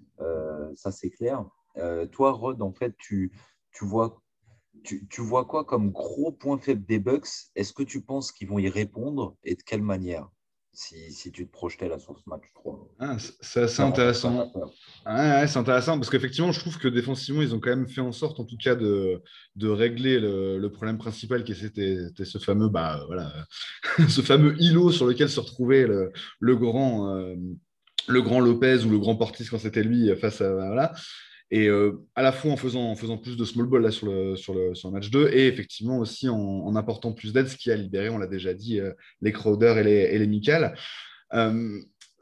Euh, ça, c'est clair. Euh, toi, Rod, en fait, tu, tu, vois, tu, tu vois quoi comme gros point faible des Bucks? Est-ce que tu penses qu'ils vont y répondre et de quelle manière, si, si tu te projetais là sur ce match trois? Ah, c'est assez intéressant. Ah, ouais, c'est intéressant parce qu'effectivement, je trouve que défensivement, ils ont quand même fait en sorte, en tout cas, de, de régler le, le problème principal qui était, était ce fameux, bah, voilà, ce fameux îlot sur lequel se retrouvait le, le grand. Euh, le grand Lopez ou le grand Portis quand c'était lui face à voilà. Et euh, à la fois en faisant, en faisant plus de small ball là, sur, le, sur, le, sur le match deux et effectivement aussi en, en apportant plus d'aide, ce qui a libéré, on l'a déjà dit, euh, les Crowder et les, et les Mikal. Euh,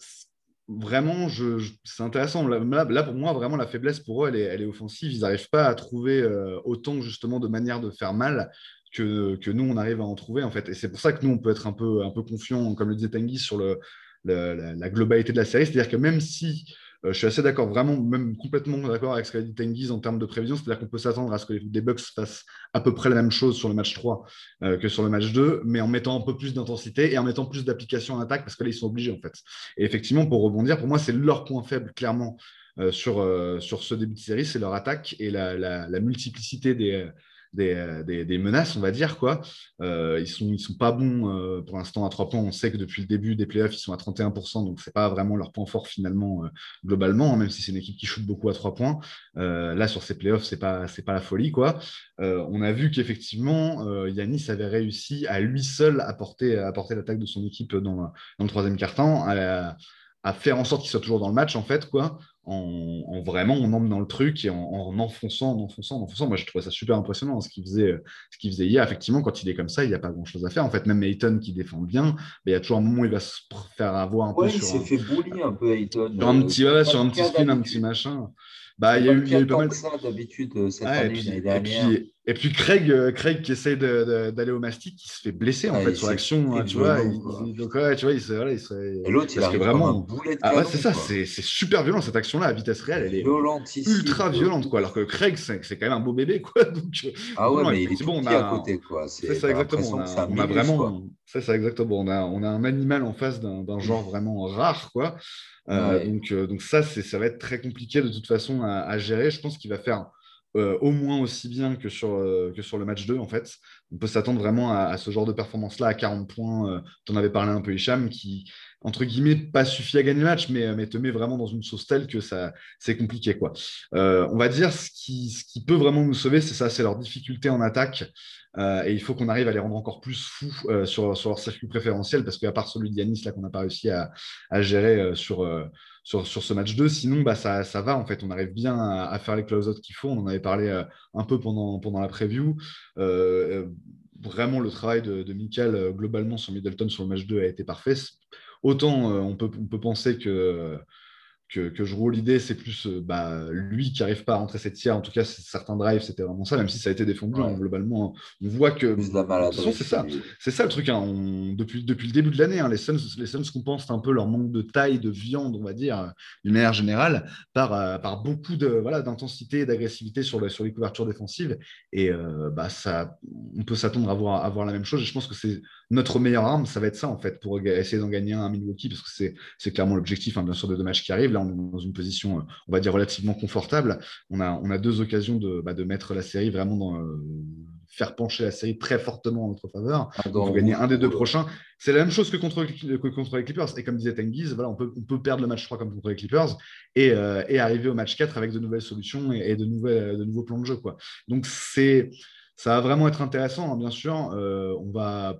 vraiment, je, je, c'est intéressant. Là, là, pour moi, vraiment, la faiblesse pour eux, elle est, elle est offensive. Ils n'arrivent pas à trouver euh, autant justement de manières de faire mal que, que nous, on arrive à en trouver en fait. Et c'est pour ça que nous, on peut être un peu, un peu confiant, comme le disait Tanguy, sur le, le, la, la globalité de la série. C'est-à-dire que même si Euh, je suis assez d'accord, vraiment, même complètement d'accord avec ce qu'a dit Tengiz en termes de prévision. C'est-à-dire qu'on peut s'attendre à ce que les Bucks fassent à peu près la même chose sur le match trois euh, que sur le match deux, mais en mettant un peu plus d'intensité et en mettant plus d'application en attaque, parce que là, ils sont obligés, en fait. Et effectivement, pour rebondir, pour moi, c'est leur point faible, clairement, euh, sur, euh, sur ce début de série, c'est leur attaque et la, la, la multiplicité des, des, des, des menaces, on va dire, quoi. Euh, ils sont, ils sont pas bons euh, pour l'instant à trois points. On sait que depuis le début des playoffs, ils sont à trente et un pour cent, donc c'est pas vraiment leur point fort finalement euh, globalement, hein, même si c'est une équipe qui shoot beaucoup à trois points. Euh, là, sur ces playoffs, c'est pas, c'est pas la folie, quoi. Euh, on a vu qu'effectivement, euh, Giannis avait réussi à lui seul apporter, apporter l'attaque de son équipe dans, dans le troisième quart-temps, à, à faire en sorte qu'il soit toujours dans le match, en fait, quoi. En, en vraiment on entre dans le truc et en, en enfonçant, en enfonçant, en enfonçant. Moi, je trouvais ça super impressionnant ce qu'il faisait, ce qu'il faisait hier. Effectivement, quand il est comme ça, il n'y a pas grand-chose à faire. En fait, même Ayton qui défend bien, il y a toujours un moment où il va se faire avoir un peu Ouais, il sur s'est un, fait bully un peu, Ayton. sur un Euh, petit, ouais, pas sur le un petit cas screen, un petit d'habitude. machin. Bah, C'est il y a pas le eu, il y a cas eu pas tant mal. que ça d'habitude euh, cette Ah, et année, l'année puis, et dernière. puis, et puis Craig, euh, Craig qui essaye de, de, d'aller au mastic, qui se fait blesser en Ah, fait il sur s'est l'action, pris hein, le tu vois. genou, Il, quoi. il- donc ouais, tu vois, il se, voilà, il se- Et l'autre, il parce que arrive comme un vraiment, boulet de ah ouais, canon, c'est ça, quoi. c'est c'est super violent cette action-là à vitesse réelle, elle est Violentissime ultra de violente quoi. ouf. Alors que Craig, c'est c'est quand même un beau bébé quoi. Donc, euh, Ah donc ouais, non, mais il est tout effectivement, on petit à a, côté, quoi. c'est C'est, ça t'as exactement, on l'impression que c'est a, un on a Minus, quoi. vraiment, c'est ça exactement, on a, on a un animal en face d'un d'un genre vraiment rare quoi. Euh, Ouais. donc, euh, donc ça, c'est, ça va être très compliqué de toute façon à, à gérer. Je pense qu'il va faire euh, au moins aussi bien que sur, euh, que sur le match deux, en fait. On peut s'attendre vraiment à, à ce genre de performance-là, à quarante points. Euh, tu en avais parlé un peu, Hicham, qui, entre guillemets, pas suffit à gagner le match, mais, mais te met vraiment dans une sauce telle que ça, c'est compliqué, quoi. Euh, on va dire, ce qui, ce qui peut vraiment nous sauver, c'est ça, c'est leur difficulté en attaque. Euh, et il faut qu'on arrive à les rendre encore plus fous euh, sur, sur leur circuit préférentiel, parce qu'à part celui de Yanis, là, qu'on n'a pas réussi à, à gérer euh, sur... Euh, sur, sur ce match deux. Sinon, bah, ça, ça va, en fait. On arrive bien à, à faire les close-out qu'il faut. On en avait parlé euh, un peu pendant, pendant la preview. Euh, vraiment, le travail de, de Michael, euh, globalement, sur Middleton, sur le match deux, a été parfait. Autant euh, on, peut, on peut penser que que, que je roule l'idée, c'est plus euh, bah, lui qui n'arrive pas à rentrer cette tiers. En tout cas, certains drives, c'était vraiment ça, même si ça a été défendu. Hein, Ouais. globalement, on voit que. Plus de la De toute façon, maladresse c'est chez ça. lui. C'est ça le truc. Hein. On, depuis, depuis le début de l'année, hein, les Suns, les Suns compensent un peu leur manque de taille, de viande, on va dire, d'une manière générale, par, euh, par beaucoup de, voilà, d'intensité et d'agressivité sur, le, sur les couvertures défensives. Et euh, bah, ça, on peut s'attendre à voir, à voir la même chose. Et je pense que c'est notre meilleure arme, ça va être ça, en fait, pour essayer d'en gagner un à Milwaukee, parce que c'est, c'est clairement l'objectif, hein, bien sûr, de deux matchs qui arrivent. Là, on est dans une position, on va dire, relativement confortable. On a, on a deux occasions de, bah, de mettre la série vraiment dans. Euh, faire pencher la série très fortement en notre faveur. Ah, Il faut dans gagner rouge un des pour deux eux. prochains. C'est la même chose que contre, que contre les Clippers. Et comme disait Tengiz, voilà, on, peut, on peut perdre le match trois comme contre les Clippers et, euh, et arriver au match quatre avec de nouvelles solutions et, et de, nouvelles, de nouveaux plans de jeu, quoi. Donc, c'est, ça va vraiment être intéressant, hein, bien sûr. Euh, on va,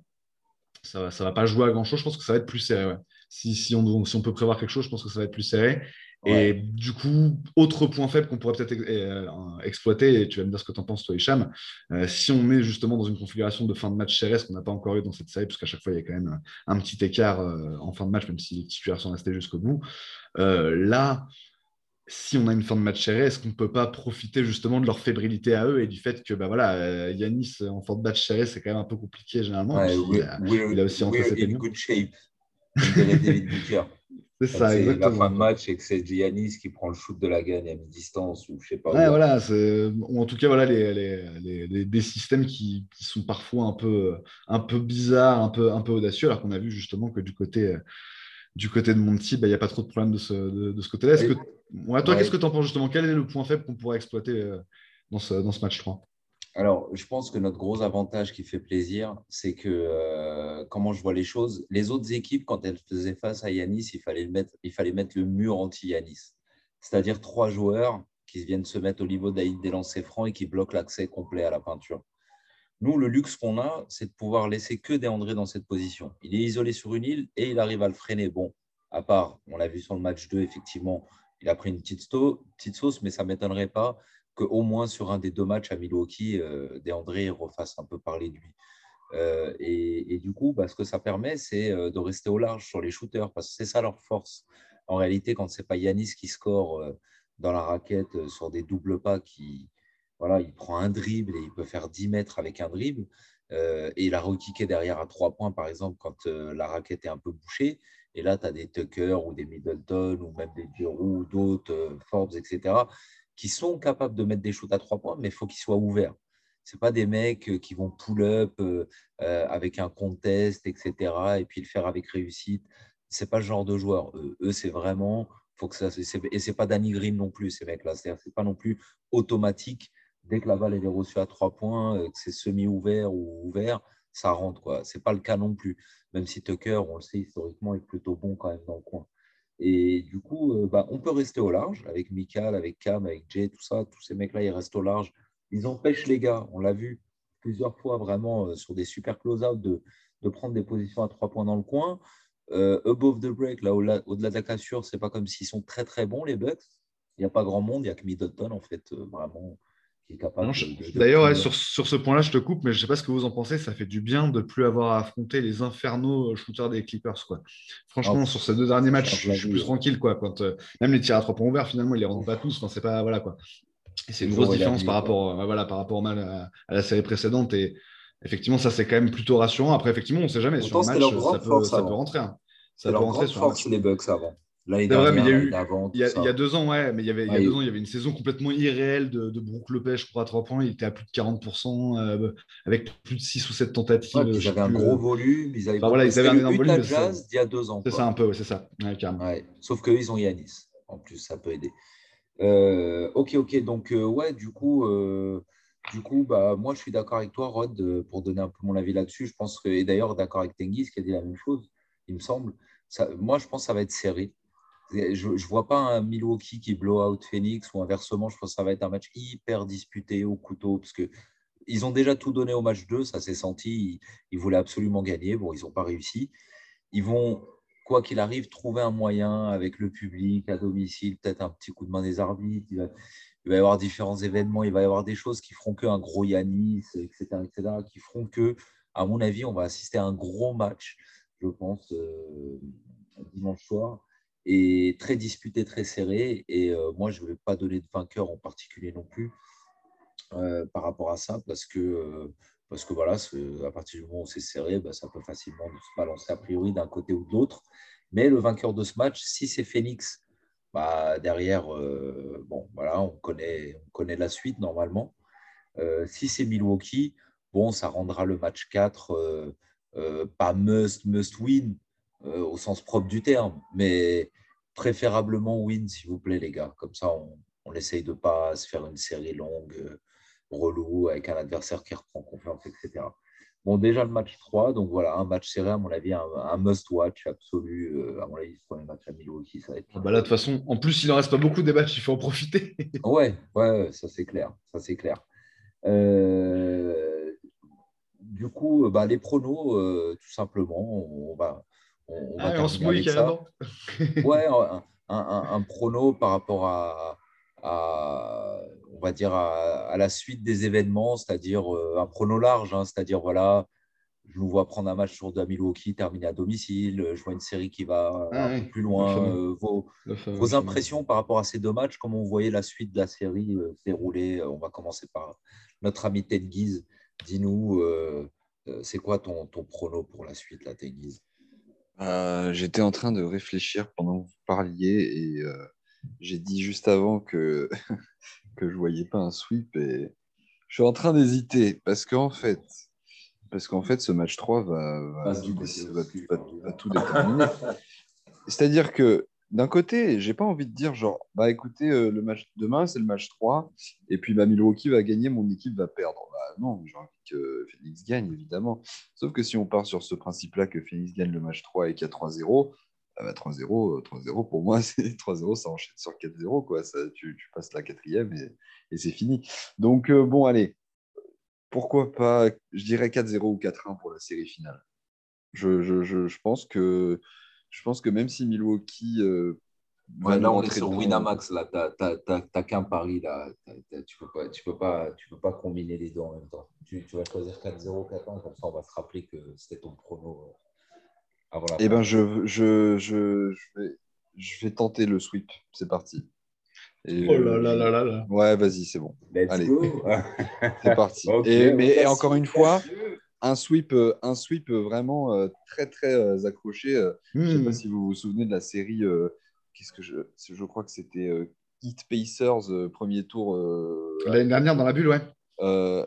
ça ne va, va pas jouer à grand-chose. Je pense que ça va être plus serré. Ouais. Si, si, on, si on peut prévoir quelque chose, je pense que ça va être plus serré. Et Ouais. du coup, autre point faible qu'on pourrait peut-être euh, exploiter, et tu vas me dire ce que tu en penses, toi, Hicham, euh, si on met justement dans une configuration de fin de match serrée, ce qu'on n'a pas encore eu dans cette série, parce qu'à chaque fois, il y a quand même un petit écart euh, en fin de match, même si les titulaires sont restés jusqu'au bout. Euh, là, si on a une fin de match serrée, est-ce qu'on ne peut pas profiter justement de leur fébrilité à eux et du fait que bah, voilà, euh, Yanis en fin de match serré, c'est quand même un peu compliqué généralement, et Ouais, puis il we're, a, we're, il a aussi rentré we're ses in peignons. good shape, comme dirait David Booker. C'est Quand ça, c'est la fin exactement. de match et que c'est Giannis qui prend le shoot de la gagne à mi-distance ou je sais pas Ouais, où. voilà, c'est- ou en tout cas, voilà, les, les, les- les- des systèmes qui, qui sont parfois un peu, un peu bizarres, un peu, un peu audacieux, alors qu'on a vu justement que du côté, du côté de Monty, bah, il n'y a pas trop de problèmes de ce, de, de ce côté-là. Est-ce que, Et- ouais, toi, qu'est-ce ouais. que tu en penses justement? Quel est le point faible qu'on pourrait exploiter euh, dans ce, dans ce match trois? Alors, je pense que notre gros avantage qui fait plaisir, c'est que euh, comment je vois les choses, les autres équipes, quand elles faisaient face à Yanis, il fallait, le mettre, il fallait mettre le mur anti-Yanis. C'est-à-dire trois joueurs qui viennent se mettre au niveau d'Aïd des lancers francs et qui bloquent l'accès complet à la peinture. Nous, le luxe qu'on a, c'est de pouvoir laisser que DeAndre dans cette position. Il est isolé sur une île et il arrive à le freiner. Bon, à part, on l'a vu sur le match deux, effectivement, il a pris une petite, sto- petite sauce, mais ça ne m'étonnerait pas qu'au moins sur un des deux matchs à Milwaukee, euh, DeAndre refasse un peu parler de lui. Euh, et, et du coup, bah, ce que ça permet, c'est euh, de rester au large sur les shooters, parce que c'est ça leur force. En réalité, quand ce n'est pas Yanis qui score euh, dans la raquette euh, sur des doubles pas, qui, voilà, il prend un dribble et il peut faire dix mètres avec un dribble, euh, et il a rekické derrière à trois points, par exemple, quand euh, la raquette est un peu bouchée. Et là, tu as des Tucker ou des Middleton ou même des Giroux ou d'autres, euh, Forbes, et cetera, qui sont capables de mettre des shoots à trois points, mais il faut qu'ils soient ouverts. Ce pas des mecs euh, qui vont pull-up euh, euh, avec un contest, et cetera, et puis le faire avec réussite. Ce n'est pas le genre de joueur. Eux, eux c'est vraiment… Faut que ça, c'est, et ce n'est pas Danny Green non plus, ces mecs-là. C'est-à-dire ce n'est pas non plus automatique. Dès que la balle est reçue à trois points, euh, que c'est semi-ouvert ou ouvert, ça rentre, quoi. Ce n'est pas le cas non plus. Même si Tucker, on le sait historiquement, est plutôt bon quand même dans le coin. Et du coup, euh, bah, on peut rester au large avec Mikal, avec Cam, avec Jay, tout ça. Tous ces mecs-là, ils restent au large. Ils empêchent les gars, on l'a vu plusieurs fois vraiment euh, sur des super close-out de, de prendre des positions à trois points dans le coin. Euh, above the break, là, au-delà, au-delà de la cassure, c'est pas comme s'ils sont très très bons, les Bucks. Il n'y a pas grand monde, il n'y a que Middleton, en fait, euh, vraiment, qui est Non, capable je- de, de, de D'ailleurs, ouais, punir. sur, sur ce point-là, je te coupe, mais je ne sais pas ce que vous en pensez. Ça fait du bien de ne plus avoir à affronter les infernaux euh, shooters des Clippers, quoi. Ah, Franchement, pff, sur ces deux derniers ça matchs, change je, la je suis plus vie. euh. tranquille, quoi. Quand, euh, même les tirs à trois points ouverts, finalement, ils les rentrent Ouf, pas tous. Enfin, c'est pas, voilà, quoi. Et c'est le une grosse jour est la différence nuit, par quoi. rapport, euh, voilà, par rapport au mal à, à la série précédente. Et effectivement, ça, c'est quand même plutôt rassurant. Après, effectivement, on ne sait jamais. Sur Pourtant, un c'était match, leur euh, ça grande peut, force ça peut avant. rentrer, hein. C'était Ça peut leur rentrer grande sur un force, match. les Bucks avant. L'année C'est vrai, mais il y dernière, a l'année eu, d'avant, il tout y a, il y a ça. deux ans, ouais, mais il y avait, il y a Ouais, deux ans, il y avait une saison complètement irréelle de, de Brook Lopez, je crois, à trois points. Il était à plus de quarante pour cent, euh, avec plus de six ou sept ouais, tentatives, puis euh, ils je sais avaient un plus. gros euh. volume, ils avaient Enfin voilà, beaucoup. ils avaient C'était un le énorme volume, Utah mais c'est ça, Jazz d'il y a deux ans, c'est ça quoi. un peu, ouais, c'est ça, ouais, carrément. Ouais. Sauf qu'eux, ils ont Yanis. En plus, ça peut aider. Euh, ok, ok. Donc, euh, ouais, du coup, euh, du coup bah, moi, je suis d'accord avec toi, Rod, euh, pour donner un peu mon avis là-dessus. Je pense que, et d'ailleurs, d'accord avec Tenguis qui a dit la même chose, il me semble. Ça, moi, je pense que ça va être serré. Je ne vois pas un Milwaukee qui blow out Phoenix ou inversement. Je pense que ça va être un match hyper disputé au couteau parce que ils ont déjà tout donné au match deux, ça s'est senti. Ils, ils voulaient absolument gagner. Bon, ils n'ont pas réussi. Ils vont, quoi qu'il arrive, trouver un moyen avec le public à domicile, peut-être un petit coup de main des arbitres. Il va, il va y avoir différents événements. Il va y avoir des choses qui feront qu'un gros Yanis, et cetera, et cetera, qui feront que, à mon avis, on va assister à un gros match, je pense, euh, dimanche soir. Et très disputé, très serré. Et euh, moi, je ne vais pas donner de vainqueur en particulier non plus euh, par rapport à ça, parce que, euh, parce que voilà, à partir du moment où c'est serré, bah, ça peut facilement se balancer a priori d'un côté ou de l'autre. Mais le vainqueur de ce match, si c'est Phoenix, bah, derrière, euh, bon, voilà, on connaît, on connaît la suite normalement. Euh, si c'est Milwaukee, bon, ça rendra le match quatre euh, euh, pas must, must win euh, au sens propre du terme, mais préférablement win, s'il vous plaît, les gars. Comme ça, on, on essaye de ne pas se faire une série longue, euh, relou, avec un adversaire qui reprend confiance, et cetera. Bon, déjà le match trois, donc voilà, un match serré, à mon avis, un, un must-watch absolu. Euh, à mon avis, ce premier match à Milwaukee, ça va être Ah plein de bah là, de fun. toute façon, en plus, il en reste pas beaucoup des matchs, il faut en profiter. Ouais, ouais, ouais, ça c'est clair, ça c'est clair. Euh, du coup, bah, les pronos, euh, tout simplement, on va, on, on va Ah, et on se terminer mouille avec ça. carrément. Ouais, un, un, un- un prono par rapport à, à, on va dire, à, à la suite des événements, c'est-à-dire euh, un prono large, hein, c'est-à-dire, voilà, je nous vois prendre un match sur de Milwaukee, terminer à domicile, je vois une série qui va Ah un peu ouais, plus le loin. fameux, Euh, vos, le fameux, le vos fameux. impressions par rapport à ces deux matchs, comment vous voyez la suite de la série euh, se dérouler? On va commencer par notre ami Tengiz. Dis-nous, euh, euh, c'est quoi ton, ton prono pour la suite, la Tengiz? Euh, j'étais en train de réfléchir pendant que vous parliez et euh, j'ai dit juste avant que, que je voyais pas un sweep et je suis en train d'hésiter parce qu'en fait, parce qu'en fait, ce match trois va, va, tout, déc- va, va- va tout déterminer. C'est-à-dire que d'un côté, j'ai pas envie de dire genre, bah écoutez, euh, le match demain, c'est le match trois et puis bah, Milwaukee va gagner, mon équipe va perdre. Bah, non, j'ai envie que Phoenix gagne, évidemment. Sauf que si on part sur ce principe-là que Phoenix gagne le match trois et qu'il y a trois zéro, ah bah, trois zéro, euh, trois zéro pour moi, c'est trois zéro, ça enchaîne sur quatre zéro, quoi. Ça, tu, tu passes la quatrième et, et c'est fini. Donc, euh, bon, allez, pourquoi pas, je dirais quatre zéro ou quatre un pour la série finale. Je, je, je, je pense que, je pense que même si Milwaukee euh, va Ouais, nous là, on est rentrer sur dedans. Winamax. Là, t'as, t'as, t'as, t'as qu'un pari. Là. T'as- t'as- tu peux pas, tu peux pas, tu peux pas combiner les deux en même temps. Tu, tu vas choisir quatre zéro, quatre un, comme ça, on va se rappeler que c'était ton prono euh, avant la Eh ben, partie. je, je, je, je vais, je vais tenter le sweep. C'est parti. Et, Oh là euh, là je- là là là. Ouais, vas-y, c'est bon. Let's Allez, go. c'est parti. Ok, Et, mais et encore audacieux, une fois, audacieux. un sweep, euh, un sweep euh, vraiment euh, très, très euh, accroché. Euh, je ne sais pas Hmm. si vous vous souvenez de la série. Euh, qu'est-ce que je, je crois que c'était euh, Heat Pacers, euh, premier tour euh, à L'année l'époque. dernière, dans la bulle, ouais. Euh,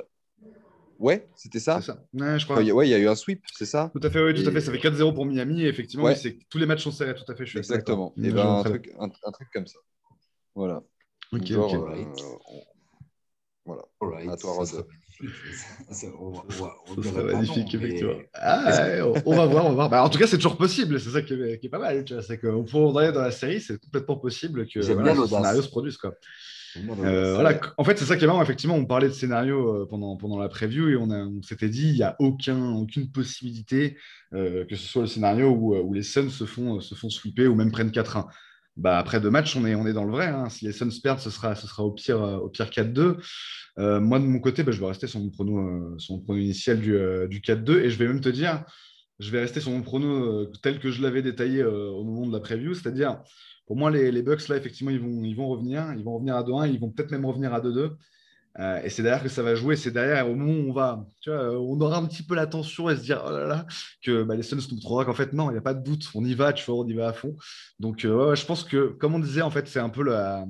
ouais, c'était C'est ça. ça. Ouais, je Enfin, il y crois. a- ouais, il y a eu un sweep, c'est ça. Tout à fait, oui, tout à fait. Et Ça fait quatre zéro pour Miami. Et effectivement, oui, ouais, c'est tous les matchs sont serrés. Tout à fait, je suis assez d'accord. exactement. Et Ouais, je vois ben un très bien. truc, un, un truc comme ça. Voilà. Ou Ok, genre, ok. All euh, right. on- voilà. All À right. toi, Ça serait Rod. magnifique. Ça- ça- on va- on va- on Ce serait dirait pas non, magnifique, effectivement. mais est-ce Ah, que- ouais, on, on va voir, on va voir. Bah, en tout cas, c'est toujours possible. C'est ça qui est, qui est pas mal. Tu vois. C'est qu'on pourrait dans la série, c'est complètement possible que J'aime voilà, bien ce scénario l'audace. se produise, quoi. J'aime bien Euh, l'audace. voilà. Ouais. En fait, c'est ça qui est marrant. Effectivement, on parlait de scénario euh, pendant, pendant la preview et on, a- on s'était dit il n'y a aucun, aucune possibilité euh, que ce soit le scénario où, euh, où les Suns se font, se font sweeper ou même prennent quatre un. Bah, après deux matchs, on est, on est dans le vrai. Hein. Si les Suns perdent, ce sera, ce sera au pire, euh, au pire quatre deux. Euh, moi, de mon côté, bah, je vais rester sur mon prono, euh, sur mon prono initial du, euh, du quatre deux et je vais même te dire, je vais rester sur mon prono euh, tel que je l'avais détaillé euh, au moment de la preview, c'est-à-dire, pour moi, les, les Bucks, là, effectivement, ils vont, ils vont revenir, ils vont revenir à deux un, ils vont peut-être même revenir à deux deux. Euh, et c'est derrière que ça va jouer, c'est derrière, au moment où on va, tu vois, on aura un petit peu la tension et se dire, oh là là, que bah, les Suns nous montrera qu'en fait, non, il n'y a pas de doute, on y va, tu vois, on y va à fond. Donc, euh, ouais, ouais, je pense que, comme on disait, en fait, c'est un peu la,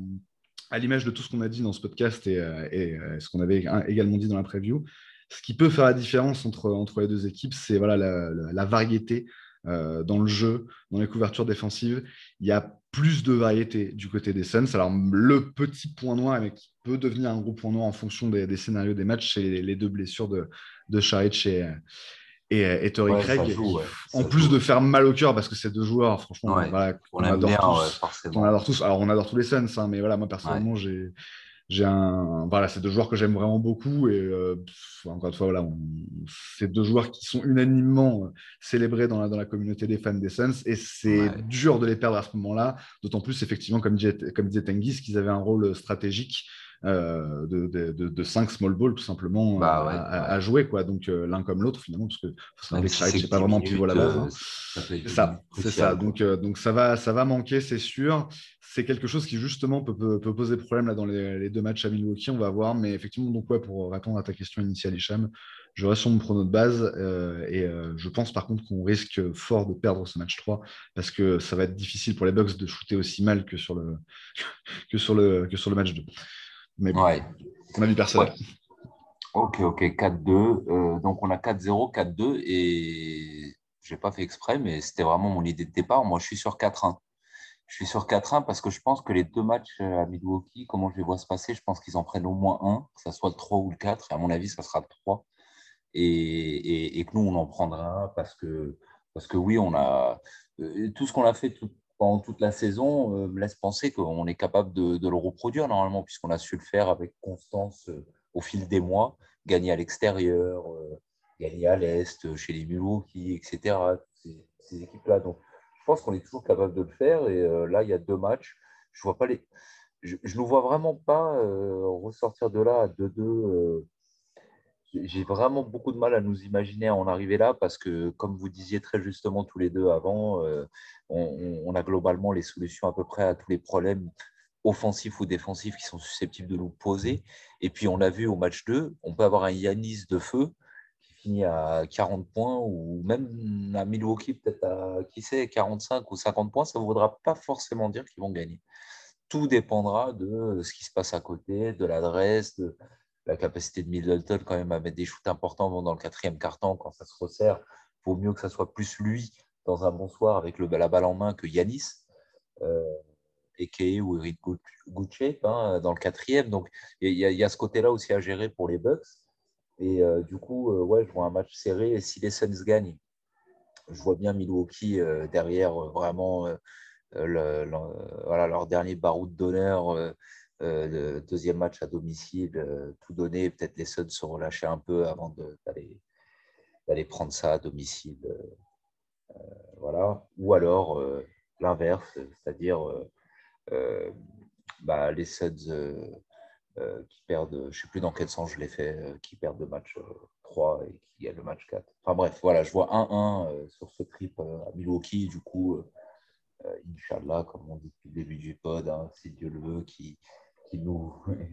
à l'image de tout ce qu'on a dit dans ce podcast et, euh, et euh, ce qu'on avait également dit dans la preview, ce qui peut faire la différence entre, entre les deux équipes, c'est voilà, la, la, la variété euh, dans le jeu, dans les couvertures défensives. Il y a plus de variété du côté des Suns. Alors, le petit point noir, mais qui peut devenir un gros point noir en fonction des, des scénarios des matchs, c'est les, les deux blessures de, de Šarić et, et, et Torrey Ouais, ça Craig, joue. qui, Ouais. en Ça plus joue. de faire mal au cœur, parce que ces deux joueurs, franchement, Ouais. voilà, On qu'on aime adore bien, ouais, tous, qu'on forcément. adore tous. Alors, on adore tous les Suns, hein, mais voilà, moi, Ouais. personnellement, j'ai j'ai un voilà, c'est deux joueurs que j'aime vraiment beaucoup et euh, pff, encore une fois voilà, on, c'est deux joueurs qui sont unanimement euh, célébrés dans la, dans la communauté des fans des Suns et c'est Ouais. dur de les perdre à ce moment-là, d'autant plus effectivement comme disait, comme disait Tengiz qu'ils avaient un rôle stratégique euh, de, de, de, de cinq small ball tout simplement Bah euh, ouais, à, ouais. à jouer quoi, donc euh, l'un comme l'autre finalement parce que faut se Même rappeler que si Šarić c'est c'est que pas dix vraiment pivot à la minutes, base, hein. euh, ça peut être C'est dix ça, minutes c'est ça. cruciales, quoi. Donc, euh, donc ça va, ça va manquer, c'est sûr. C'est quelque chose qui justement peut, peut, peut poser problème là dans les, les deux matchs à Milwaukee, on va voir. Mais effectivement, donc ouais, pour répondre à ta question initiale, Hicham, je reste sur mon prono de base euh, et euh, je pense par contre qu'on risque fort de perdre ce match trois parce que ça va être difficile pour les Bucks de shooter aussi mal que sur le que sur le que sur le match deux. Mais bon, Ouais. mon avis personnel. Ouais. Ok, ok, quatre deux. Euh, donc, on a quatre zéro, quatre deux. Et je n'ai pas fait exprès, mais c'était vraiment mon idée de départ. Moi, je suis sur quatre un. Je suis sur quatre un parce que je pense que les deux matchs à Milwaukee, comment je les vois se passer, je pense qu'ils en prennent au moins un, que ce soit le trois ou le quatre. Et à mon avis, ça sera le trois. Et, et, et que nous, on en prendra un parce que, parce que oui, on a euh, tout ce qu'on a fait tout, pendant toute la saison euh, me laisse penser qu'on est capable de, de le reproduire normalement, puisqu'on a su le faire avec constance euh, au fil des mois, gagner à l'extérieur, euh, gagner à l'Est, euh, chez les Milwaukee, et cetera. Ces, ces équipes-là. Donc, je pense qu'on est toujours capable de le faire. Et euh, là, il y a deux matchs. Je vois pas les. Je ne nous vois vraiment pas euh, ressortir de là à deux deux. Euh, j'ai vraiment beaucoup de mal à nous imaginer en arriver là parce que, comme vous disiez très justement tous les deux avant, euh, on, on a globalement les solutions à peu près à tous les problèmes offensifs ou défensifs qui sont susceptibles de nous poser. Et puis, on a vu au match deux, on peut avoir un Yanis de feu qui finit à quarante points ou même à Milwaukee, peut-être à, qui sait, quarante-cinq ou cinquante points. Ça ne voudra pas forcément dire qu'ils vont gagner. Tout dépendra de ce qui se passe à côté, de l'adresse, de la capacité de Middleton quand même à mettre des shoots importants dans le quatrième quart-temps quand ça se resserre. Il vaut mieux que ça soit plus lui dans un bon soir avec le, la balle en main que Yanis, euh, Eke ou Eric good shape hein, dans le quatrième. Donc il y, y a ce côté-là aussi à gérer pour les Bucks. Et euh, du coup, euh, ouais, je vois un match serré. Et si les Suns gagnent, je vois bien Milwaukee euh, derrière euh, vraiment euh, le, le, voilà, leur dernier baroud d'honneur. Euh, Euh, le deuxième match à domicile, euh, tout donné. Peut-être les Suns se relâcher un peu avant d'aller d'aller prendre ça à domicile. Euh, voilà. Ou alors euh, l'inverse, c'est-à-dire euh, euh, bah, les Suns euh, euh, qui perdent, je ne sais plus dans quel sens je l'ai fait, euh, qui perdent le match euh, trois et qui gagnent le match quatre. Enfin bref, voilà, je vois un un euh, sur ce trip euh, à Milwaukee. Du coup, euh, euh, Inch'Allah, comme on dit depuis le début du pod, hein, si Dieu le veut, qui, qui nous,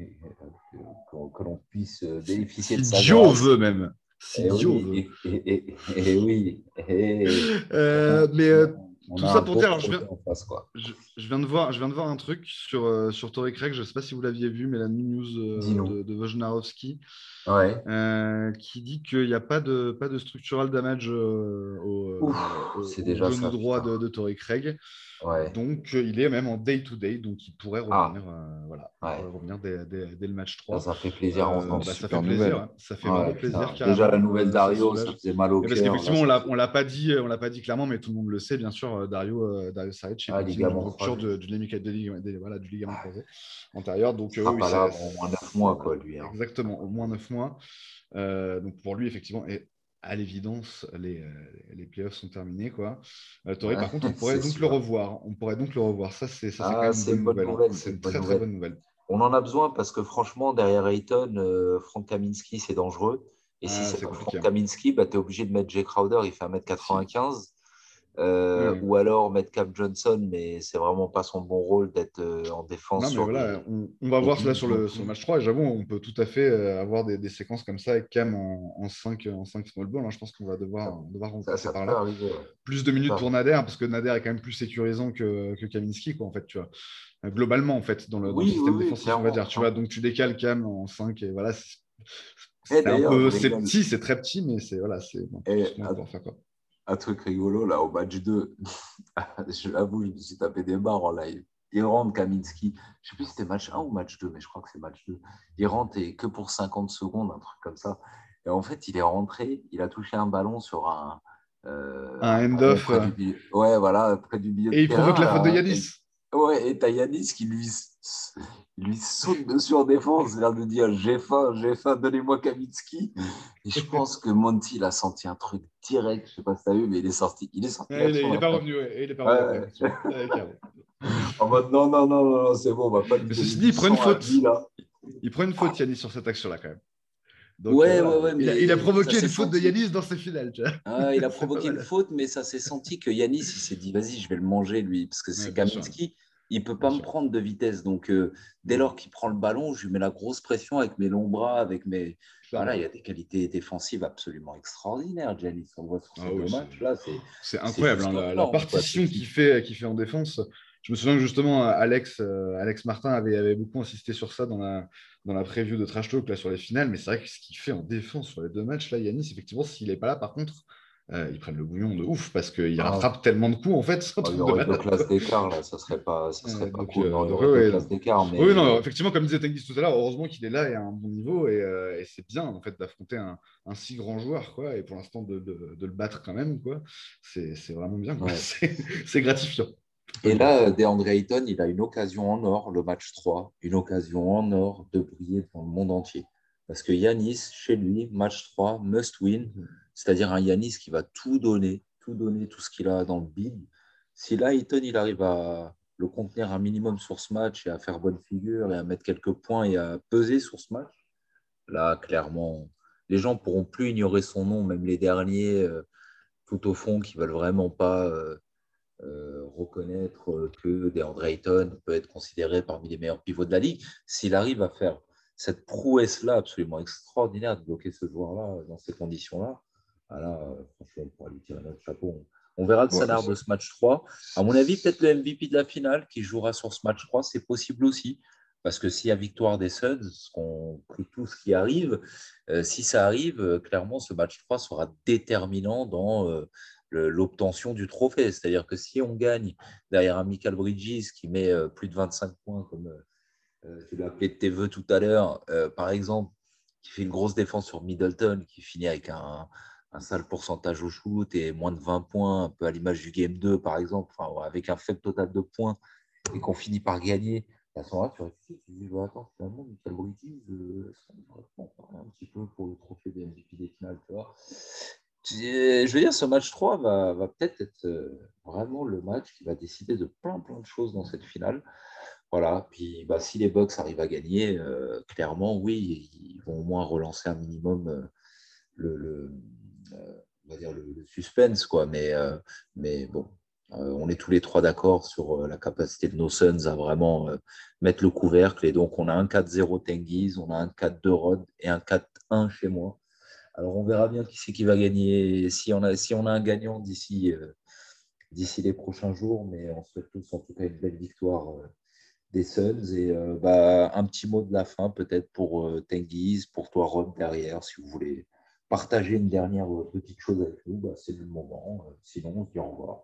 que, que, que l'on puisse bénéficier Si de sa Dio grâce. veut même. Si Et Dio oui, veut. et, et, et, et oui. Et Euh, mais euh, on tout a ça un pour beau dire, alors je viens, projet en face, quoi. je, je viens de voir, je viens de voir un truc sur, euh, sur Torrey Craig, je ne sais pas si vous l'aviez vu, mais la news euh, Dis-nous. de, de Wojnarowski, Ouais. euh, qui dit qu'il n'y a pas de, pas de structural damage euh, au, Ouf, euh, au- c'est au déjà genou ça, droit putain. de, de Torrey Craig. Ouais. Donc, euh, il est même en day-to-day, donc il pourrait Ah, revenir, euh, voilà, il ouais. pourrait revenir dès, dès- dès le match Ça, trois. ça fait plaisir à Euh, entendre. bah, ça Super fait plaisir, nouvelle. hein. Ça fait Ouais, vraiment plaisir, putain. Déjà, la carrément. nouvelle Euh, ça Dario, ça soulage. faisait mal au Mais parce cœur. Là, qu'effectivement, on ça l'a, faisait- on l'a pas dit, on l'a pas dit clairement, mais tout le monde le sait, bien sûr. euh, Dario, euh, Dario Saric est Ah, victime d'une ligament rupture croisé. de, du, ligament, des ligaments- des- voilà, du ligament Ah, croisé antérieur. il Donc, euh, sera oui, pas là ça, avant au moins neuf ça- mois, quoi, lui. Hein. exactement, au moins neuf mois. Euh, donc, pour lui, effectivement, et à l'évidence, les, euh, les playoffs sont terminés, quoi. Euh, Torrey, Ouais, par contre, on pourrait c'est donc le sûr. revoir. On pourrait donc le revoir. Ça, c'est ça, c'est quand Ah, même une c'est une bonne bonne nouvelle, hein. nouvelle. C'est C'est une une bonne très, très nouvelle. bonne nouvelle. On en a besoin parce que franchement, derrière Ayton, euh, Frank Kaminsky, c'est dangereux. Et si Ah, c'est c'est pas Frank compliqué, hein. Kaminsky, bah, tu es obligé de mettre Jay Crowder, il fait un mètre Si. quatre-vingt-quinze. Euh, Ouais. ou alors mettre Cam Johnson, mais c'est vraiment pas son bon rôle d'être euh, en défense Non, mais sur voilà, des, on, on va des voir cela bigs sur non le, sur le plus. match trois. Et j'avoue, on peut tout à fait euh, avoir des, des séquences comme ça avec Cam en, en cinq en cinq small ball, hein. Je pense qu'on va Ça, devoir, devoir en ça, passer ça par peut là. arriver. Ouais. Plus de Ça peut minutes pour arriver. Nader, parce que Nader est quand même plus sécurisant que, que Kaminski, quoi, en fait, tu vois. Euh, Globalement, en fait, dans le, dans le Oui, oui, système oui, défensif, on va clairement, dire. Tu vois, clairement. donc tu décales Cam en cinq et voilà. C'est Et c'est un d'ailleurs, je peu, c'est rigole. petit, c'est très petit, mais c'est voilà, c'est bon, Et ce qu'on va pouvoir faire, quoi. un truc rigolo, là, au match deux, je l'avoue, je me suis tapé des barres en live. Il rentre, Kaminski. Je ne sais plus si c'était match un ou match deux, mais je crois que c'est match deux. Il rentre et que pour cinquante secondes, un truc comme ça. Et en fait, il est rentré, il a touché un ballon sur un, euh, Un un tronc end-off, près euh, du milieu. Ouais, voilà, près du milieu de et il provoque terrain. la faute de Là. Et, Yanis. ouais, et t'as Yanis qui lui, il lui saute dessus en défense, il a de dire j'ai faim, j'ai faim, donnez-moi Kaminski. Et je pense que Monty, il a senti un truc direct, je ne sais pas si tu as vu, mais il est sorti, il est sorti Ouais, il d'action n'est pas après. revenu, ouais, et il n'est pas revenu après, Ouais. effectivement. Ouais, carrément. En mode non, non, non, non, non, c'est bon, on va pas lui Mais donner ceci dit, du il prend une sang à faute. lui, là. Il prend une faute, Yanis, sur cette action-là, quand même. Donc, euh, Ouais, ouais, voilà. ouais, Il a, il a mais ça provoqué s'est une faute de senti. Yanis dans ses finales, tu vois. Ah, il a C'est pas provoqué une mal. faute, mais ça s'est senti que Yanis, il s'est dit, vas-y, je vais le manger, lui, parce que Ouais, c'est bien sûr. Kaminski, il ne peut Bien pas me sûr. prendre de vitesse. Donc, euh, dès lors qu'il prend le ballon, je lui mets la grosse pression avec mes longs bras, avec mes. Voilà, Clairement. il y a des qualités défensives absolument extraordinaires, Janis. On le voit sur Ah ces oui, deux c'est, matchs-là, c'est c'est c'est incroyable, juste hein, hors la, la norme, quoi, ce partition qu'il type. fait, qu'il fait en défense. Je me souviens que justement, Alex, euh, Alex Martin avait, avait beaucoup insisté sur ça dans la, dans la preview de Trash Talk là, sur les finales. Mais c'est vrai que ce qu'il fait en défense sur les deux matchs, là, Yanis, effectivement, s'il n'est pas là, par contre, euh, ils prennent le bouillon de ouf parce qu'il Ah, rattrape tellement de coups, en fait, c'est un oh, il y truc de aurait deux malade, classes quoi. d'écart, là, ça serait pas, ça serait Euh, pas donc, cool. Non, euh, il y donc aurait ouais, deux ouais, classes non. d'écart, Oui, non, mais effectivement, comme disait Tanguy tout à l'heure, heureusement qu'il est là et à un bon niveau et, euh, et c'est bien en fait d'affronter un, un si grand joueur, quoi, et pour l'instant de, de- de le battre quand même, quoi. C'est, c'est vraiment bien, quoi. ouais. C'est, c'est gratifiant. Faut pas Et le dire. là, DeAndre Ayton, il a une occasion en or, le match trois, une occasion en or de briller devant le monde entier. Parce que Yanis, chez lui, match trois, must win, c'est-à-dire un Yanis qui va tout donner, tout donner, tout ce qu'il a dans le bid. Si là, Ayton, il arrive à le contenir un minimum sur ce match et à faire bonne figure et à mettre quelques points et à peser sur ce match, là, clairement, les gens ne pourront plus ignorer son nom, même les derniers, euh, tout au fond, qui ne veulent vraiment pas euh, euh, reconnaître que DeAndre Ayton peut être considéré parmi les meilleurs pivots de la ligue. S'il arrive à faire cette prouesse-là absolument extraordinaire de bloquer ce joueur-là dans ces conditions-là, ah là, euh, franchement, on pourra lui tirer notre chapeau. On verra le Ouais, salaire de ce match trois. À mon avis, peut-être le M V P de la finale qui jouera sur ce match trois, c'est possible aussi. Parce que s'il y a victoire des Suns, ce qu'on prie tout ce qui arrive, euh, si ça arrive, euh, clairement, ce match trois sera déterminant dans euh, le- l'obtention du trophée. C'est-à-dire que si on gagne derrière un Michael Bridges qui met euh, plus de vingt-cinq points, comme euh, tu l'as appelé de tes voeux tout à l'heure, euh, par exemple, qui fait une grosse défense sur Middleton, qui finit avec un, un sale pourcentage au shoot et moins de vingt points, un peu à l'image du Game deux, par exemple, enfin, avec un faible total de points, et qu'on finit par gagner, à ce moment-là, tu réfléchis, tu te dis, bah, attends, finalement, Michael Bridges, euh, ça me correspond un petit peu pour le trophée des M V P des finales, tu vois. Je veux dire, ce match trois va, va peut-être être euh, vraiment le match qui va décider de plein, plein de choses dans cette finale. Voilà. Puis bah, si les Bucks arrivent à gagner, euh, clairement, oui, ils vont au moins relancer un minimum euh, le, le, euh, on va dire le, le suspense, quoi. Mais, euh, mais bon, euh, on est tous les trois d'accord sur euh, la capacité de nos Suns à vraiment euh, mettre le couvercle. Et donc, on a un quatre zéro Tengiz, on a un quatre deux Rod et un quatre un chez moi. Alors, on verra bien qui c'est qui va gagner, si on a, si on a un gagnant d'ici euh, d'ici les prochains jours. Mais on souhaite tous, en tout cas, une belle victoire euh, des Suns. Et euh, bah, un petit mot de la fin, peut-être pour euh, Tengiz, pour toi, Rod, derrière, si vous voulez partager une dernière euh, petite chose avec nous, bah, c'est le moment. Euh, sinon, on se dit au revoir.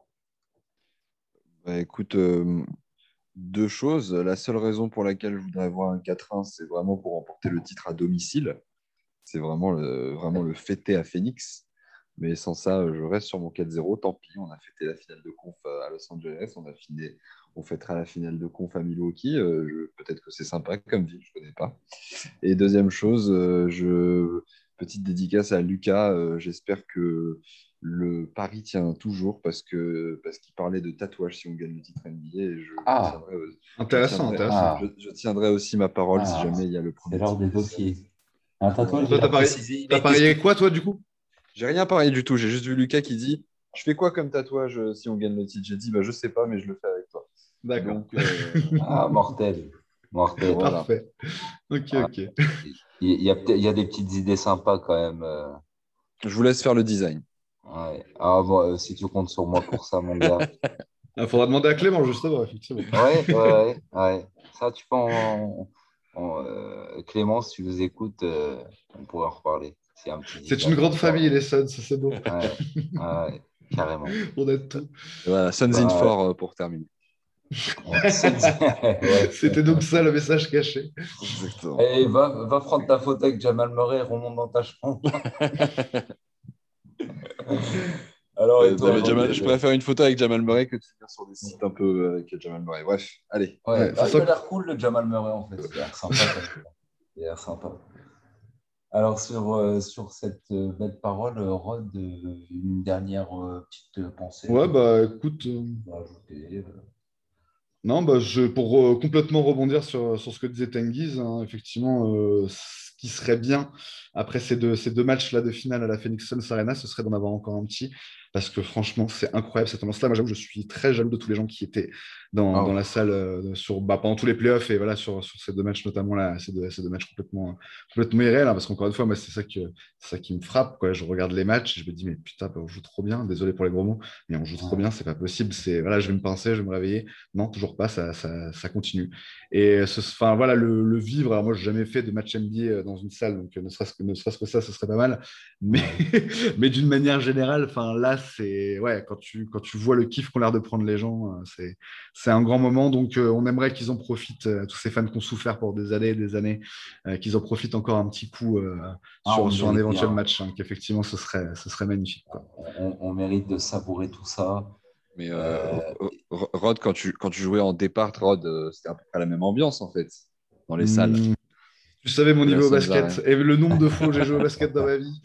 Bah, écoute, euh, deux choses. La seule raison pour laquelle je voudrais avoir un quatre un, c'est vraiment pour remporter le titre à domicile. C'est vraiment le, vraiment le fêter à Phoenix. Mais sans ça, je reste sur mon quatre zéro. Tant pis, on a fêté la finale de conf à Los Angeles. On a fini, on fêtera la finale de conf à Milwaukee. Euh, je- peut-être que c'est sympa comme ville, je ne connais pas. Et deuxième chose, euh, je, petite dédicace à Lucas. Euh, j'espère que le pari tient toujours parce que parce qu'il parlait de tatouage si on gagne le titre N B A. Et je, Ah, tiendrai, euh, je Intéressant, tiendrai, intéressant. ah, je, je tiendrai aussi ma parole si ah, jamais il y a le c'est premier l'heure titre des des Suns. dossiers. Un tatouage, Voilà. Toi, il a t'as parié, précisé. Il a t'as été parié spécifique. quoi, toi, du coup? J'ai rien parié du tout. J'ai juste vu Lucas qui dit je fais quoi comme tatouage euh, si on gagne le titre? J'ai dit bah, je sais pas, mais je le fais avec toi. D'accord. Donc euh, Ah, mortel. Mortel. voilà. Parfait. Ok, Ah, ok. il il y a, peut-être- il y a des petites idées sympas quand même. euh, Je vous laisse faire le design. ouais. Ah, bon, euh, si tu comptes sur moi pour ça, mon gars. Il faudra demander à Clément, justement, effectivement. Ouais, ouais, ouais, ouais. Ça, tu peux en, en, euh, Clément, si tu nous écoutes, euh, on pourrait en reparler. C'est un petit C'est une design. grande famille, les Suns, c'est beau. Ouais, ouais, carrément. On a tout. Et voilà, Suns in Bah, four euh, pour terminer. ouais, c'est- ouais. C'était donc ça le message caché. Exactement. Allez, va, va prendre ta photo avec Jamal Murray et remonte dans ta chambre. Alors, et Euh, toi, Jamal- Rod, Jamal- je euh, préfère une photo avec Jamal Murray que de finir sur des sites un peu euh, avec Jamal Murray. Bref, allez. ouais. Ouais, Ah, ça il a sent- l'air cool, le Jamal Murray, en fait. Il a l'air sympa. Quand même. Il a l'air sympa. Alors, sur, euh, sur cette euh, belle parole, euh, Rod, euh, une dernière euh, petite euh, pensée Ouais, peut-être bah écoute. euh, à ajouter. euh. Non, bah, je, pour euh, complètement rebondir sur, sur ce que disait Tengiz, hein, effectivement, euh, ce qui serait bien après ces deux, ces deux matchs-là de finale à la Phoenix Suns Arena, ce serait d'en avoir encore un petit, parce que franchement, c'est incroyable cette ambiance-là. Moi, j'avoue, je suis très jaloux de tous les gens qui étaient dans, dans Oh, la salle euh, sur, bah, pendant tous les playoffs et voilà, sur, sur ces deux matchs, notamment là, ces deux, ces deux matchs complètement, complètement irréels, hein, parce qu'encore une fois, moi, c'est ça, que, c'est ça qui me frappe, quoi. Je regarde les matchs et je me dis, mais putain, bah, on joue trop bien, désolé pour les gros mots, mais on joue trop ouais. bien, c'est pas possible. C'est, voilà, je vais me pincer, je vais me réveiller. Non, toujours pas, ça, ça, ça continue. Et ce, enfin, voilà, le, le vivre, alors moi, je n'ai jamais fait de match N B A dans une salle, donc ne serait-ce que, ne serait-ce que ça, ce serait pas mal. Mais, Ouais. mais d'une manière générale, enfin, là, c'est, ouais, quand tu, quand tu vois le kiff qu'ont l'air de prendre les gens, euh, c'est, c'est un grand moment. Donc, euh, on aimerait qu'ils en profitent, euh, tous ces fans qui ont souffert pour des années et des années, euh, qu'ils en profitent encore un petit coup euh, Ah, on sur, le sur un mérite éventuel bien. match, hein, qu'effectivement, ce serait, ce serait magnifique, quoi. On, on mérite de savourer tout ça. Mais euh, Euh, Ro- Rod, quand tu, quand tu jouais en départ, Rod, euh, c'était à peu près la même ambiance en fait, dans les salles Hmm, tu savais mon de la niveau au Suns basket Arena. et le nombre de fois où j'ai joué au basket dans ma vie.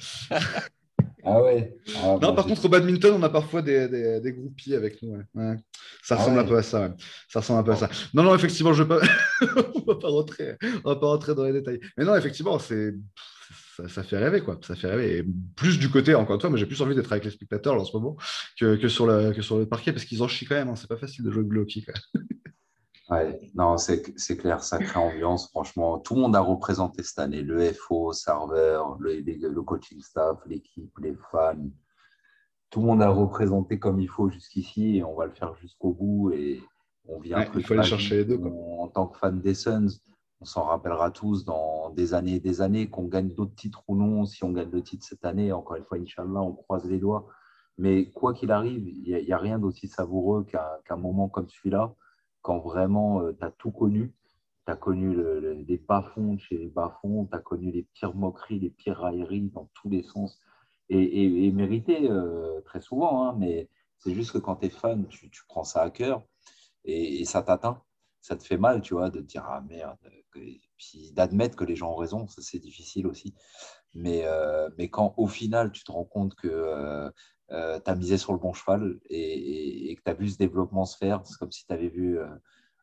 ah ouais. Ah, Non, moi, par j'ai- contre, au badminton, on a parfois des, des, des groupies avec nous. Ouais. Ouais. Ça ah ressemble un peu ouais. à ça. Ouais. Ça ressemble un peu à ça. Oh. Non, non, effectivement, je vais pas... on va pas rentrer, on va pas rentrer dans les détails. Mais non, effectivement, c'est ça, ça fait rêver, quoi. Ça fait rêver. Et plus du côté, encore une fois, moi, j'ai plus envie d'être avec les spectateurs là, en ce moment que, que, sur le, que sur le parquet parce qu'ils en chient quand même. Hein. C'est pas facile de jouer au hockey, quoi. Ouais. Non, c'est c'est clair, sacrée ambiance. Franchement, tout le monde a représenté cette année. Le F O, serveur, le, les- le coaching staff, l'équipe, les fans. Tout le monde a représenté comme il faut jusqu'ici et on va le faire jusqu'au bout. Et on vit un Ouais, il truc faut aller chercher magique. les deux, quoi. On- en tant que fan des Suns, on s'en rappellera tous dans des années et des années, qu'on gagne d'autres titres ou non. Si on gagne le titre cette année, encore une fois, Inch'Allah, on croise les doigts. Mais quoi qu'il arrive, il n'y a, il y a rien d'aussi savoureux qu'un qu'un moment comme celui-là, quand vraiment tu as tout connu. Tu as connu le- le- les bas-fonds de chez les bas-fonds, tu as connu les pires moqueries, les pires railleries dans tous les sens. Et, et, et mérité euh, très souvent, hein, mais c'est juste que quand tu es fan, tu, tu prends ça à cœur et, et ça t'atteint. Ça te fait mal, tu vois, de te dire ah merde. Et puis d'admettre que les gens ont raison, ça c'est difficile aussi. Mais, euh, mais quand au final tu te rends compte que euh, euh, tu as misé sur le bon cheval et, et- et que tu as vu ce développement se faire, c'est comme si tu avais vu euh,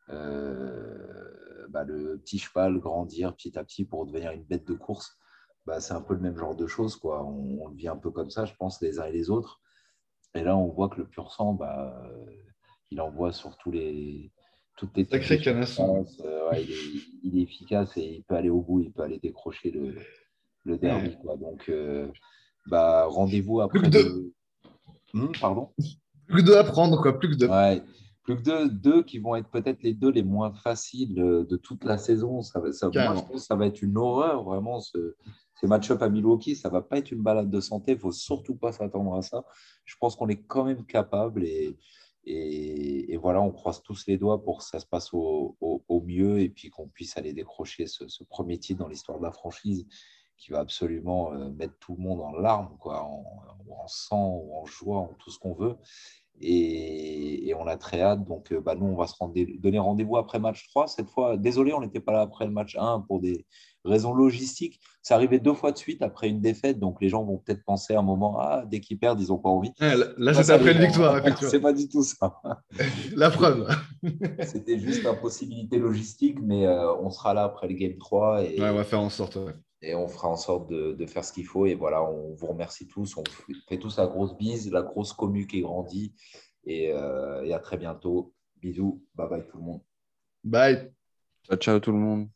euh, bah, le petit cheval grandir petit à petit pour devenir une bête de course. Bah, c'est un peu le même genre de choses, quoi. On, on le vit un peu comme ça, je pense, les uns et les autres. Et là, on voit que le pur sang, bah, euh, il envoie sur tous les, toutes les types de Sacré canasson. circonstances. Euh, ouais, il, est, il est efficace et il peut aller au bout, il peut aller décrocher le, le derby, Ouais. quoi. Donc, euh, bah, rendez-vous Plus que après deux. le. Hum, pardon? Plus que deux à prendre, quoi. Plus que deux. Ouais, plus que deux, deux qui vont être peut-être les deux les moins faciles euh, de toute la saison. Ça, va- ça- moi, je Carrément. pense que ça va être une horreur, vraiment, ce, ces match-up à Milwaukee. Ça va pas être une balade de santé. Il faut surtout pas s'attendre à ça. Je pense qu'on est quand même capable et, et, et voilà, on croise tous les doigts pour que ça se passe au, au- au mieux et puis qu'on puisse aller décrocher ce, ce premier titre dans l'histoire de la franchise qui va absolument euh, mettre tout le monde en larmes, quoi, en, en sang, en joie, en tout ce qu'on veut. Et, et on a très hâte. Donc, euh, bah, nous, on va se rendre, donner rendez-vous après match trois. Cette fois, désolé, on n'était pas là après le match un pour des raisons logistiques. C'est arrivé deux fois de suite après une défaite. Donc, les gens vont peut-être penser à un moment, ah, dès qu'ils perdent, ils n'ont pas envie. Ouais, là, C'est là, pas c'était ça, après les une gens. victoire, effectivement. C'est pas du tout ça. La preuve. C'était juste impossibilité logistique, mais euh, on sera là après le game trois Ouais, on va et, faire en sorte. Ouais. et on fera en sorte de, de faire ce qu'il faut. Et voilà, on vous remercie tous. On fait tous la grosse bise, la grosse commu qui grandit. Et, euh, et à très bientôt. Bisous. Bye bye tout le monde. Bye. Ciao, ciao tout le monde.